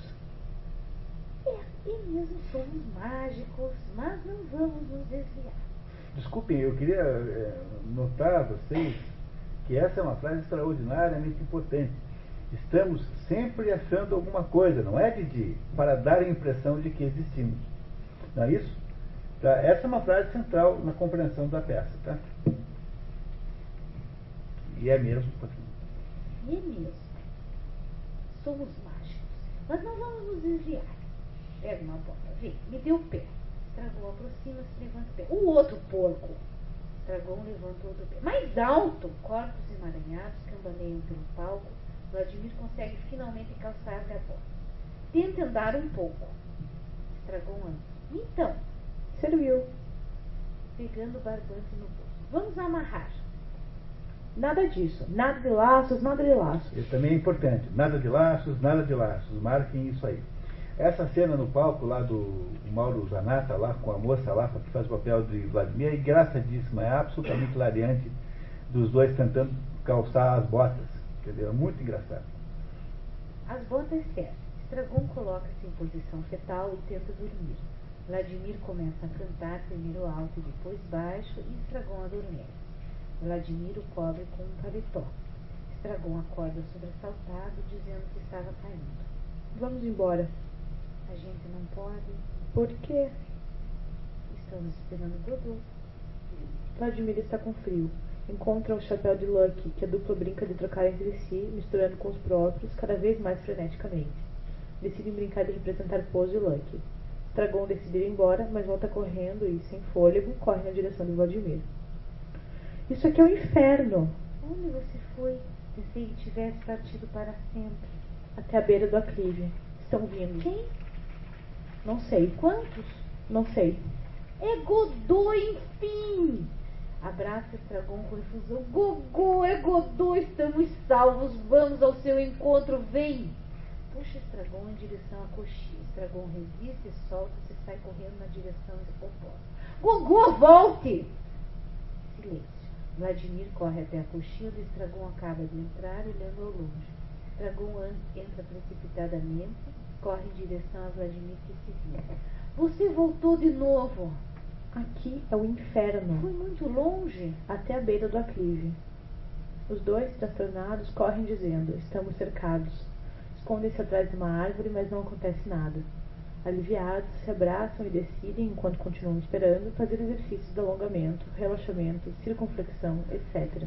E mesmo somos mágicos, mas não vamos nos desviar. Desculpem, eu queria notar a vocês que essa é uma frase extraordinariamente importante. Estamos sempre achando alguma coisa, não é, Didi? Para dar a impressão de que existimos. Não é isso? Tá? Essa é uma frase central na compreensão da peça, tá? E é mesmo. E mesmo somos mágicos, mas não vamos nos desviar. Pega uma bota, vem, me dê o pé. Estragão aproxima-se, levanta o pé. O outro porco. Estragão levanta o outro pé. Mais alto, corpos emaranhados cambaleiam pelo palco. Vladimir consegue finalmente calçar-lhe a bota. Tenta andar um pouco. Estragão anda. Então, Serviu. pegando o barbante no bolso. Vamos amarrar. Nada disso. Nada de laços, nada de laços. Isso também é importante. Nada de laços, nada de laços. Marquem isso aí. Essa cena no palco lá do Mauro Zanata, lá com a moça lá, que faz o papel de Vladimir, é engraçadíssima, é absolutamente hilariante, dos dois tentando calçar as botas. Quer dizer, é muito engraçado. As botas servem. Estragão coloca-se em posição fetal e tenta dormir. Vladimir começa a cantar, primeiro alto e depois baixo, e Estragão adormece. Vladimir o cobre com um paletó. Estragão acorda sobressaltado, dizendo que estava caindo. Vamos embora. A gente não pode. Por quê? Estamos esperando Godot. Vladimir está com frio. Encontra o chapéu de Lucky, que a dupla brinca de trocar entre si, misturando com os próprios, cada vez mais freneticamente. Decidem brincar de representar Pozo e Lucky. Estragão decide ir embora, mas volta correndo e, sem fôlego, corre na direção de Vladimir. Isso aqui é um inferno! Onde você foi? Pensei que tivesse partido para sempre. Até a beira do aclive. Estão vindo. Quem? Não sei. Quantos? Não sei. É Godot, enfim! Abraça Estragão com efusão. Gogô, é Godot, estamos salvos, vamos ao seu encontro, vem! Puxa Estragão em direção à coxinha. Estragão resiste, solta-se e sai correndo na direção oposta. Gogô, volte! Silêncio. Vladimir corre até a coxinha onde Estragão acaba de entrar, olhando ao longe. Estragão entra precipitadamente, corre em direção a Vladimir que se vira. Você voltou de novo! Aqui é o inferno. Foi muito longe. Até a beira do aclive. Os dois, transtornados, correm dizendo: estamos cercados. Escondem-se atrás de uma árvore, mas não acontece nada. Aliviados, se abraçam e decidem, enquanto continuam esperando, fazer exercícios de alongamento, relaxamento, circunflexão, etc.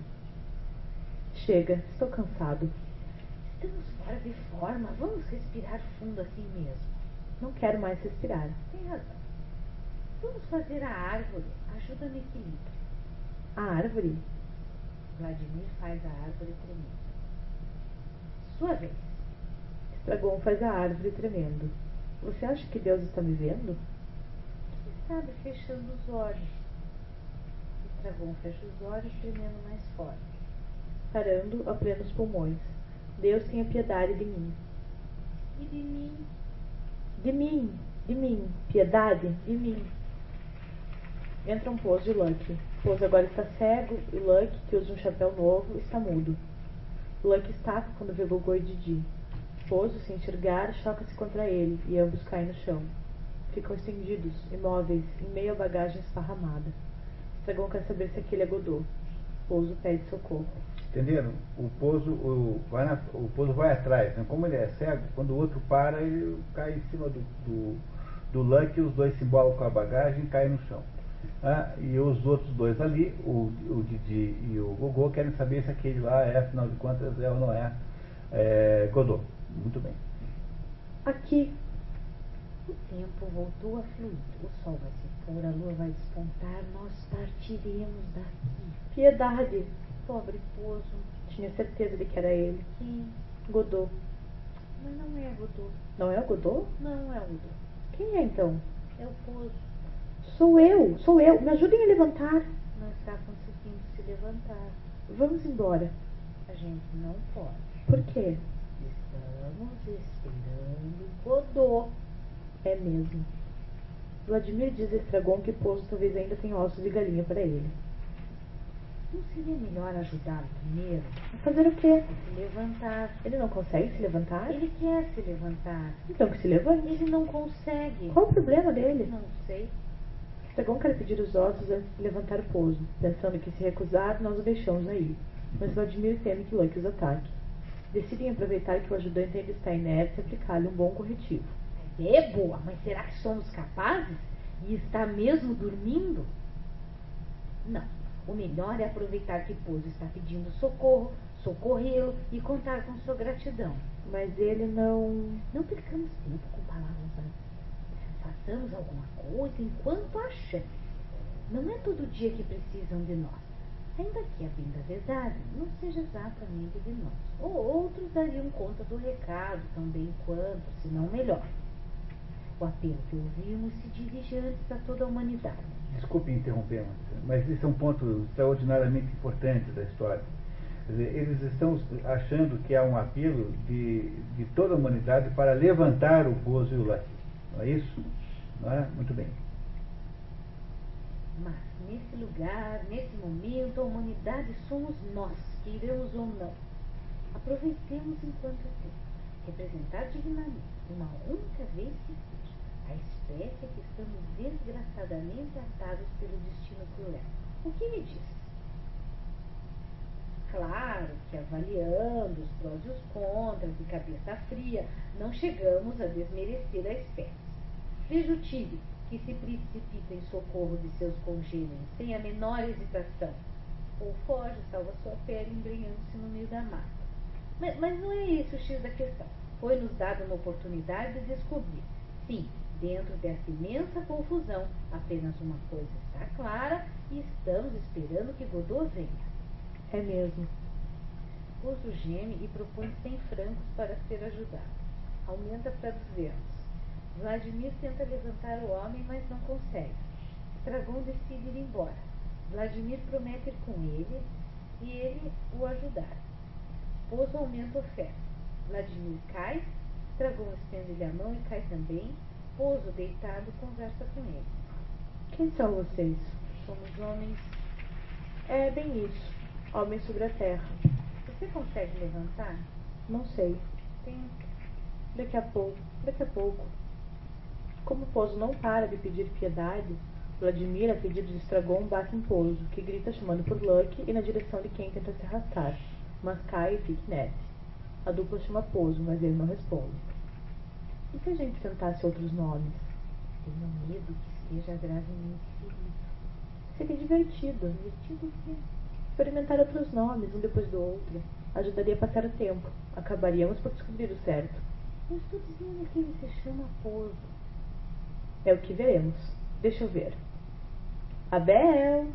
Chega, estou cansado. Estamos fora de forma. Vamos respirar fundo assim mesmo. Não quero mais respirar. Tem razão. Vamos fazer a árvore. Ajuda no equilíbrio. A árvore? Vladimir faz a árvore tremendo. Sua vez. Estragão faz a árvore tremendo. Você acha que Deus está me vendo? Quem sabe fechando os olhos. Estragão fecha os olhos, tremendo mais forte. Parando a plenos pulmões. Deus tenha piedade de mim. E de mim? De mim, de mim. Piedade de mim. Entra um Pozo e Lucky. Pozo agora está cego e Lucky, que usa um chapéu novo, está mudo. Lucky estaca quando vê Gogô e Didi. Pozo, sem enxergar, choca-se contra ele e ambos caem no chão. Ficam estendidos, imóveis, em meio à bagagem esparramada. Estragão quer saber se aquele é Godot. Pozo pede socorro. Entenderam? O Pozo vai atrás, né? Como ele é cego, quando o outro para, ele cai em cima do Lucky, os dois se embolam com a bagagem e caem no chão. E os outros dois ali, o Didi e o Gogô, querem saber se aquele lá é, afinal de contas, é ou não é Godot. Muito bem. Aqui. O tempo voltou a fluir. O sol vai se pôr, a lua vai despontar. Nós partiremos daqui. Piedade. Pobre Pozo. Tinha certeza de que era ele. Quem? Godot. Mas não é Godot. Não é o Godot? Não é o Godot. Quem é então? É o Pozo. Sou eu. Me ajudem a levantar. Não está conseguindo se levantar. Vamos embora. A gente não pode. Por quê? Estamos esperando Godot. É mesmo. Vladimir diz a Estragon que Pozo talvez ainda tenha ossos de galinha para ele. Não seria melhor ajudá-lo primeiro? Fazer o quê? Se levantar. Ele não consegue se levantar? Ele quer se levantar. Então que se levante. Ele não consegue. Qual o problema dele? Não sei. Estragon quer pedir os ossos antes de levantar Pozo, pensando que se recusar, nós o deixamos aí. Mas Vladimir teme que Lucky os ataque. Decidem aproveitar que o ajudante ainda está inerte e aplicar-lhe um bom corretivo. É boa, mas será que somos capazes? E está mesmo dormindo? Não. O melhor é aproveitar que Pozo está pedindo socorro, socorrê-lo e contar com sua gratidão. Mas ele não... Não percamos tempo com palavras vazias. Façamos alguma coisa enquanto há chance. Não é todo dia que precisam de nós. Ainda que, a bem da verdade, não seja exatamente de nós. Ou outros dariam conta do recado tão bem quanto, se não melhor. O apelo que ouvimos se dirige antes a toda a humanidade. Desculpe interromper, mas esse é um ponto extraordinariamente importante da história. Quer dizer, eles estão achando que há um apelo de toda a humanidade para levantar o Pozo e o Lucky. Não é isso? Não é? Muito bem. Mas, nesse lugar, nesse momento, a humanidade somos nós, queiramos ou não. Aproveitemos enquanto é tempo. Representar dignamente, uma única vez que seja, a espécie que estamos desgraçadamente atados pelo destino cruel. O que me diz? Claro que, avaliando os prós e os contras de cabeça fria, não chegamos a desmerecer a espécie. Veja o tigre, que se precipita em socorro de seus congêneres sem a menor hesitação. Ou foge, salva sua pele, embrenhando-se no meio da mata. Mas não é esse o X da questão. Foi-nos dada uma oportunidade de descobrir. Sim, dentro dessa imensa confusão, apenas uma coisa está clara e estamos esperando que Godot venha. É mesmo. Pozo geme e propõe 100 francos para ser ajudado. Aumenta para 200. Vladimir tenta levantar o homem, mas não consegue. Estragon decide ir embora. Vladimir promete ir com ele e ele o ajudar. Pozo aumenta a oferta. Vladimir cai, Estragon estende-lhe a mão e cai também. Pozo, deitado, conversa com ele. Quem são vocês? Somos homens. É bem isso. Homens sobre a terra. Você consegue levantar? Não sei. Tenta. Daqui a pouco. Como Pozo não para de pedir piedade, Vladimir, a pedido de Estragon, bate em Pozo, que grita chamando por Lucky e na direção de quem tenta se arrastar, mas cai e fica inerte. A dupla chama Pozo, mas ele não responde. E se a gente tentasse outros nomes? Tenho medo que esteja gravemente ferido. Seria divertido. Divertido o quê? Experimentar outros nomes, um depois do outro. Ajudaria a passar o tempo. Acabaríamos por descobrir o certo. Eu estou dizendo que ele se chama Pozo. É o que veremos. Deixa eu ver. Abel.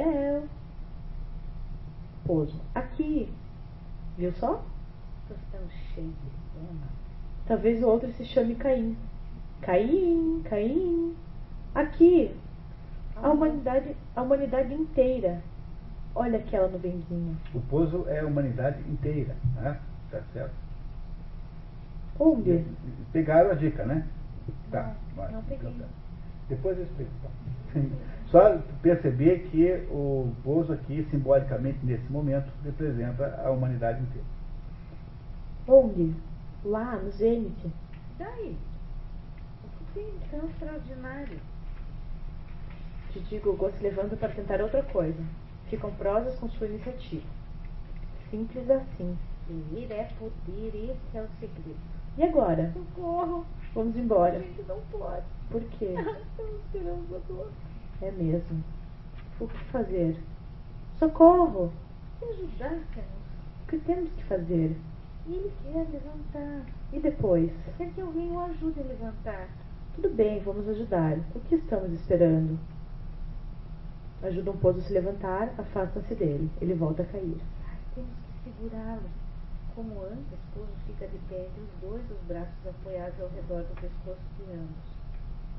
Pozo. Aqui. Viu só? Estou tão cheio de pena. Talvez o outro se chame Caim. Caim. Aqui. A humanidade inteira. Olha aquela nuvenzinha. O Pozo é a humanidade inteira, né? Tá certo. Onde? Pegaram a dica, né? Tá. Não peguei. Então, tá. Depois eu explico. Só perceber que o Pozo aqui, simbolicamente, nesse momento, representa a humanidade inteira. Onde? Lá, no zênite. Daí? O que tem tão extraordinário? Didi e Gogô se levantam para tentar outra coisa. Ficam prosas com sua iniciativa. Simples assim. Ter é poder, esse é o segredo. E agora? Socorro! Vamos A embora. gente não pode. Por quê? Estamos esperando o Godot. É mesmo. O que fazer? Socorro! Se ajudássemos, O que temos que fazer? ele quer levantar. E depois? Quer que alguém o ajude a levantar. Tudo bem, vamos ajudar. O que estamos esperando? Ajudam Pozo a se levantar, afastam-se dele. Ele volta a cair. Temos que segurá-lo. Como antes, Pozo fica de pé entre os dois, os braços apoiados ao redor do pescoço de ambos.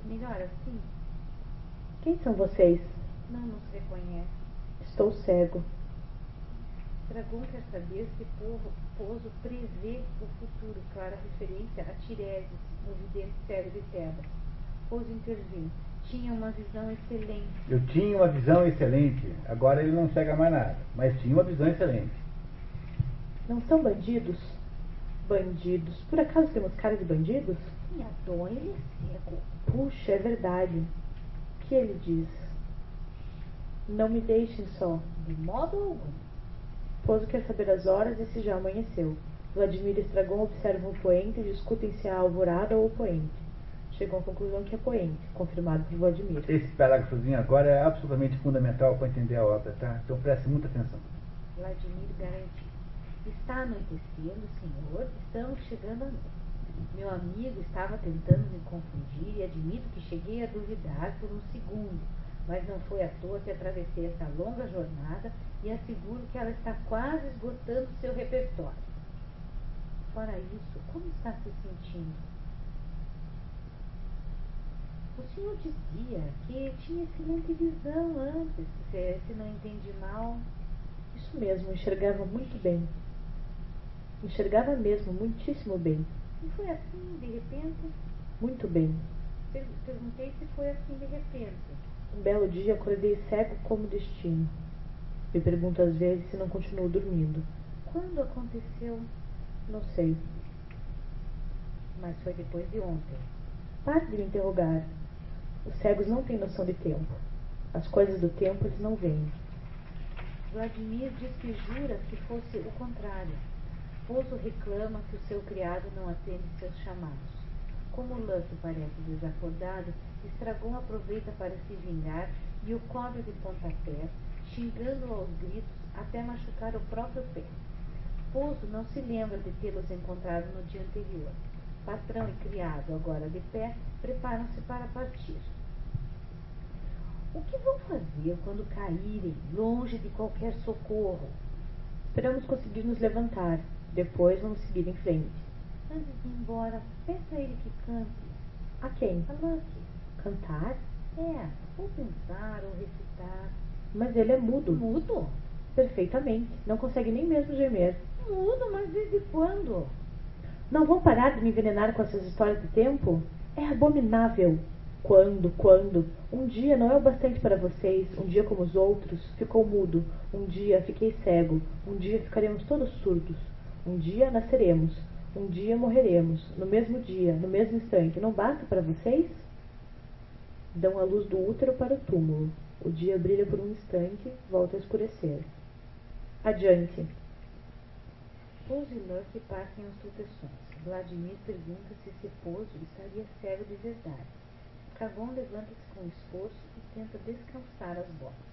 Melhor assim? Quem são vocês? Não nos reconhece. Estou cego. Estragon quer saber se Pozo prevê o futuro, clara referência a Tireses, no vidente cego de Tebas. Pozo intervém. Tinha uma visão excelente. Eu tinha uma visão excelente. Agora ele não enxerga mais nada, mas tinha uma visão excelente. Não são bandidos? Bandidos? Por acaso temos cara de bandidos? E a dor, ele é cego. Puxa, é verdade. O que ele diz? Não me deixem só. De modo algum. Pozo quer saber as horas e se já amanheceu. Vladimir e Estragon observam o poente e discutem se é a alvorada ou o poente. Chegam à conclusão que é poente, confirmado por Vladimir. Esse parágrafozinho agora é absolutamente fundamental para entender a obra, tá? Então preste muita atenção. Vladimir garantiu. Está anoitecendo, senhor. Estamos chegando à noite. Meu amigo estava tentando me confundir e admito que cheguei a duvidar por um segundo. Mas não foi à toa que atravessei essa longa jornada e asseguro que ela está quase esgotando seu repertório. Fora isso, como está se sentindo? O senhor dizia que tinha excelente visão antes, se não entendi mal. Isso mesmo, enxergava muito bem. Enxergava mesmo, muitíssimo bem. E foi assim, de repente? Muito bem. Perguntei se foi assim de repente. Um belo dia acordei cego como destino. Me pergunto às vezes se não continuo dormindo. Quando aconteceu? Não sei. Mas foi depois de ontem. Pare de me interrogar. Os cegos não têm noção de tempo. As coisas do tempo eles não veem. Vladimir diz que jura que fosse o contrário. Pozo reclama que o seu criado não atende seus chamados. Como Luck parece desacordado, Estragon aproveita para se vingar e o cobre de pontapés, xingando-o aos gritos até machucar o próprio pé. Pozo não se lembra de tê-los encontrado no dia anterior. Patrão e criado, agora de pé, preparam-se para partir. O que vão fazer quando caírem, longe de qualquer socorro? Esperamos conseguir nos levantar. Depois vamos seguir em frente. Antes de ir embora, peça a ele que cante. A quem? A Luck. Cantar? É, ou pensar, ou recitar. Mas ele é mudo. Mudo? Perfeitamente. Não consegue nem mesmo gemer. Mudo, mas desde quando? Não vão parar de me envenenar com essas histórias de tempo? É abominável. Quando? Um dia não é o bastante para vocês. Um dia como os outros. Ficou mudo. Um dia fiquei cego. Um dia ficaremos todos surdos. Um dia nasceremos. Um dia morreremos. No mesmo dia, no mesmo instante. Não basta para vocês? Dão a luz do útero para o túmulo. O dia brilha por um instante, volta a escurecer. Adiante. Pozo e Luck partem às proteções. Vladimir pergunta se Pozo estaria cego de verdade. Estragon levanta-se com esforço e tenta descalçar as botas.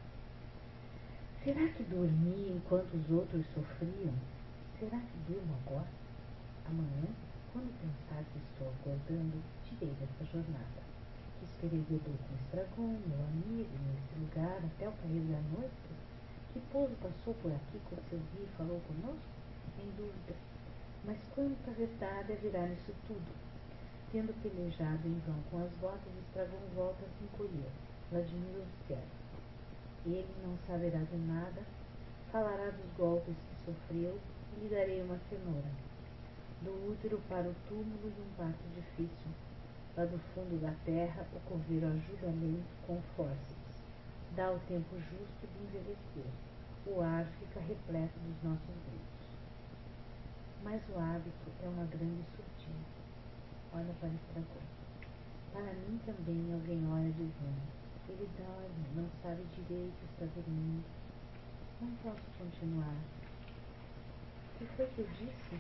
Será que dormi enquanto os outros sofriam? Será que durmo agora? Amanhã, quando pensar que estou acordando, tirei dessa jornada. Que esperei beber com Estragon, meu amigo, nesse lugar até o cair da noite? Que Pozo passou por aqui com seu guia e falou conosco? Sem dúvida. Mas quanta verdade haverá nisso tudo? Tendo pelejado em vão com as botas, Estragon volta a se encolher. Vladimir observa. Ele não saberá de nada, falará dos golpes que sofreu e lhe darei uma cenoura. Do útero para o túmulo de um parto difícil. Lá do fundo da terra, o coveiro ajuda lento com fórceps. Dá o tempo justo de envelhecer. O ar fica repleto dos nossos gritos. Mas o hábito é uma grande surtida. Olha para Estragon. Para mim também alguém olha dizendo: ele dorme, não sabe direito, está dormindo. Não posso continuar. O que foi que eu disse?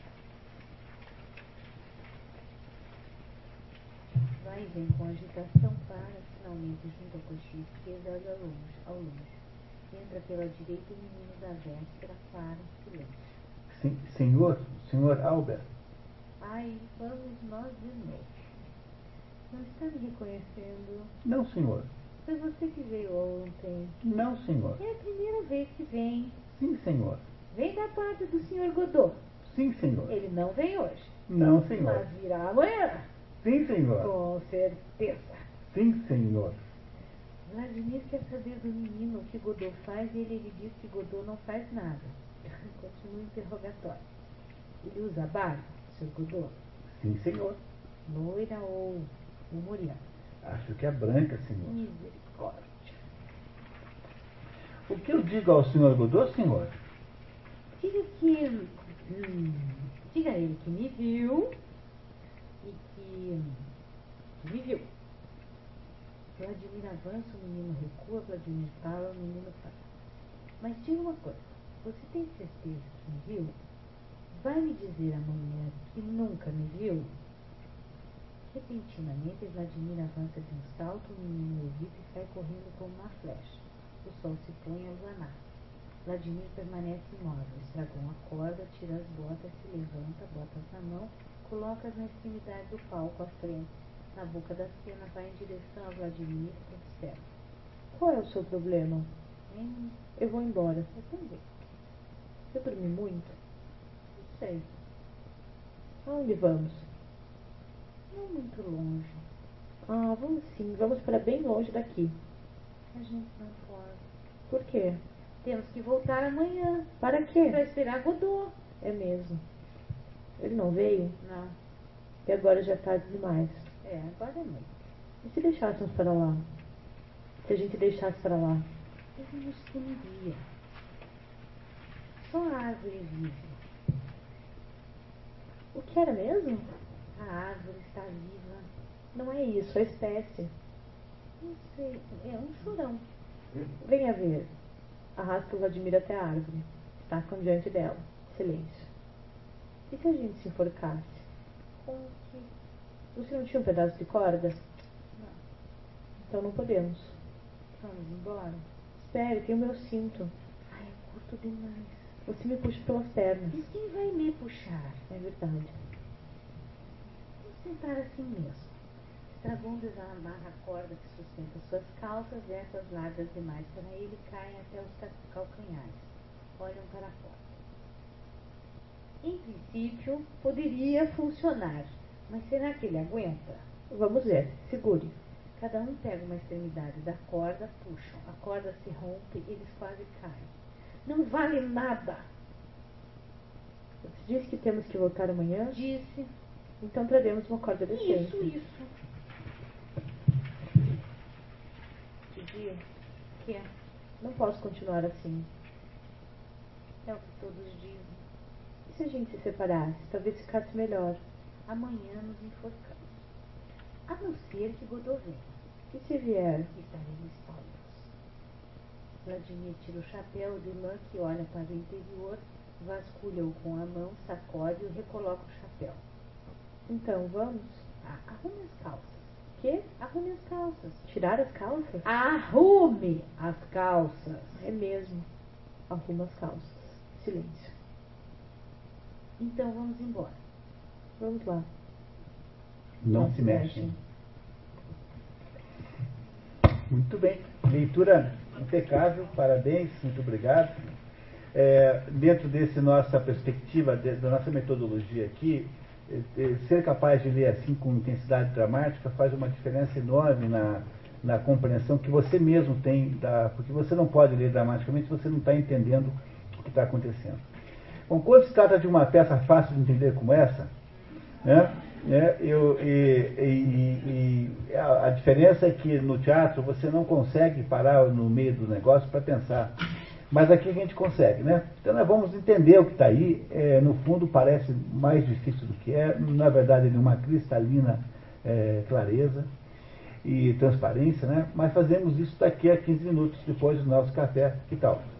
Vai e vem com agitação, para, finalmente junto à coxinha esquerda, olha ao longe. Entra pela direita o menino da véspera, para, silêncio. Senhor Albert. Ai, vamos nós de novo. Não está me reconhecendo? Não, senhor. Foi você que veio ontem. Não, senhor. É a primeira vez que vem. Sim, senhor. Vem da parte do Sr. Godot. Sim, senhor. Ele não vem hoje. Não, senhor. Mas virá amanhã. Sim, senhor. Com certeza. Sim, senhor. Vladimir quer saber do menino o que Godot faz e ele diz que Godot não faz nada. Continua o interrogatório. Ele usa barba, Sr. Godot? Sim, senhor. Loira ou morena? Acho que é branca, senhor. Misericórdia. O que eu digo ao senhor Godot, senhor? Diga a ele que me viu e que me viu. Vladimir avança, o menino recua, Vladimir fala, o menino fala. Mas diga uma coisa, você tem certeza que me viu? Vai me dizer amanhã que nunca me viu? Repentinamente, Vladimir avança de um salto, o menino evita e sai correndo como uma flecha. O sol se põe a luanar. Vladimir permanece imóvel, Estragon acorda, tira as botas, se levanta, botas na mão, coloca-as na extremidade do palco à frente. Na boca da cena, vai em direção a Vladimir e observa. Qual é o seu problema? Eu vou embora. Eu também. Eu dormi muito? Não sei. Aonde vamos? Não muito longe. Ah, vamos sim. Vamos para bem longe daqui. A gente não pode. Por quê? Temos que voltar amanhã. Para quê? Para esperar Godot. É mesmo. Ele não veio? Não. E agora já é tarde demais. É, agora é noite. E se deixássemos para lá? Se a gente deixasse para lá? Ele nos comeria. Só a árvore vive. O que era mesmo? A árvore está viva. Não é isso, a espécie. Não sei, é um chorão. Venha ver. Arrasta o Vladimir até a árvore. Estacam diante dela. Silêncio. E se a gente se enforcasse? Com que? Você não tinha um pedaço de corda? Não. Então não podemos. Vamos embora? Espere, tem o meu cinto. Ai, é curto demais. Você me puxa pelas pernas. E quem vai me puxar? É verdade. Vamos sentar assim mesmo. Estragon desamarra a corda que sustenta suas calças, essas largas demais para ele caem até os calcanhares. Olham para a porta. Em princípio, poderia funcionar, mas será que ele aguenta? Vamos ver. Segure. Cada um pega uma extremidade da corda, puxam. A corda se rompe, eles quase caem. Não vale nada! Você disse que temos que voltar amanhã? Disse. Então traremos uma corda decente. Isso. Que dia? Que é? Não posso continuar assim. É o que todos dizem. E se a gente se separasse? Talvez ficasse melhor. Amanhã nos enforcamos. A não ser que Godot venha. E se vier? Estaremos sólidos. Vladimir tira o chapéu de lã que olha para o interior, vasculha-o com a mão, sacode e recoloca o chapéu. Então, vamos? Arrume as calças. Quê? Arrume as calças. Tirar as calças? Arrume as calças. É mesmo. Arruma as calças. Silêncio. Então vamos embora. Vamos lá. Não se mexem. Muito bem. Leitura impecável. Parabéns. Muito obrigado. Dentro desse nossa perspectiva, da nossa metodologia aqui, ser capaz de ler assim com intensidade dramática faz uma diferença enorme na compreensão que você mesmo tem, porque você não pode ler dramaticamente se você não está entendendo o que está acontecendo. Bom, quando se trata de uma peça fácil de entender como essa, né, a diferença é que no teatro você não consegue parar no meio do negócio para pensar. Mas aqui a gente consegue, né? Então nós vamos entender o que está aí. No fundo parece mais difícil do que é. Na verdade, ele é uma cristalina clareza e transparência, né? Mas fazemos isso daqui a 15 minutos depois do nosso café. Que tal?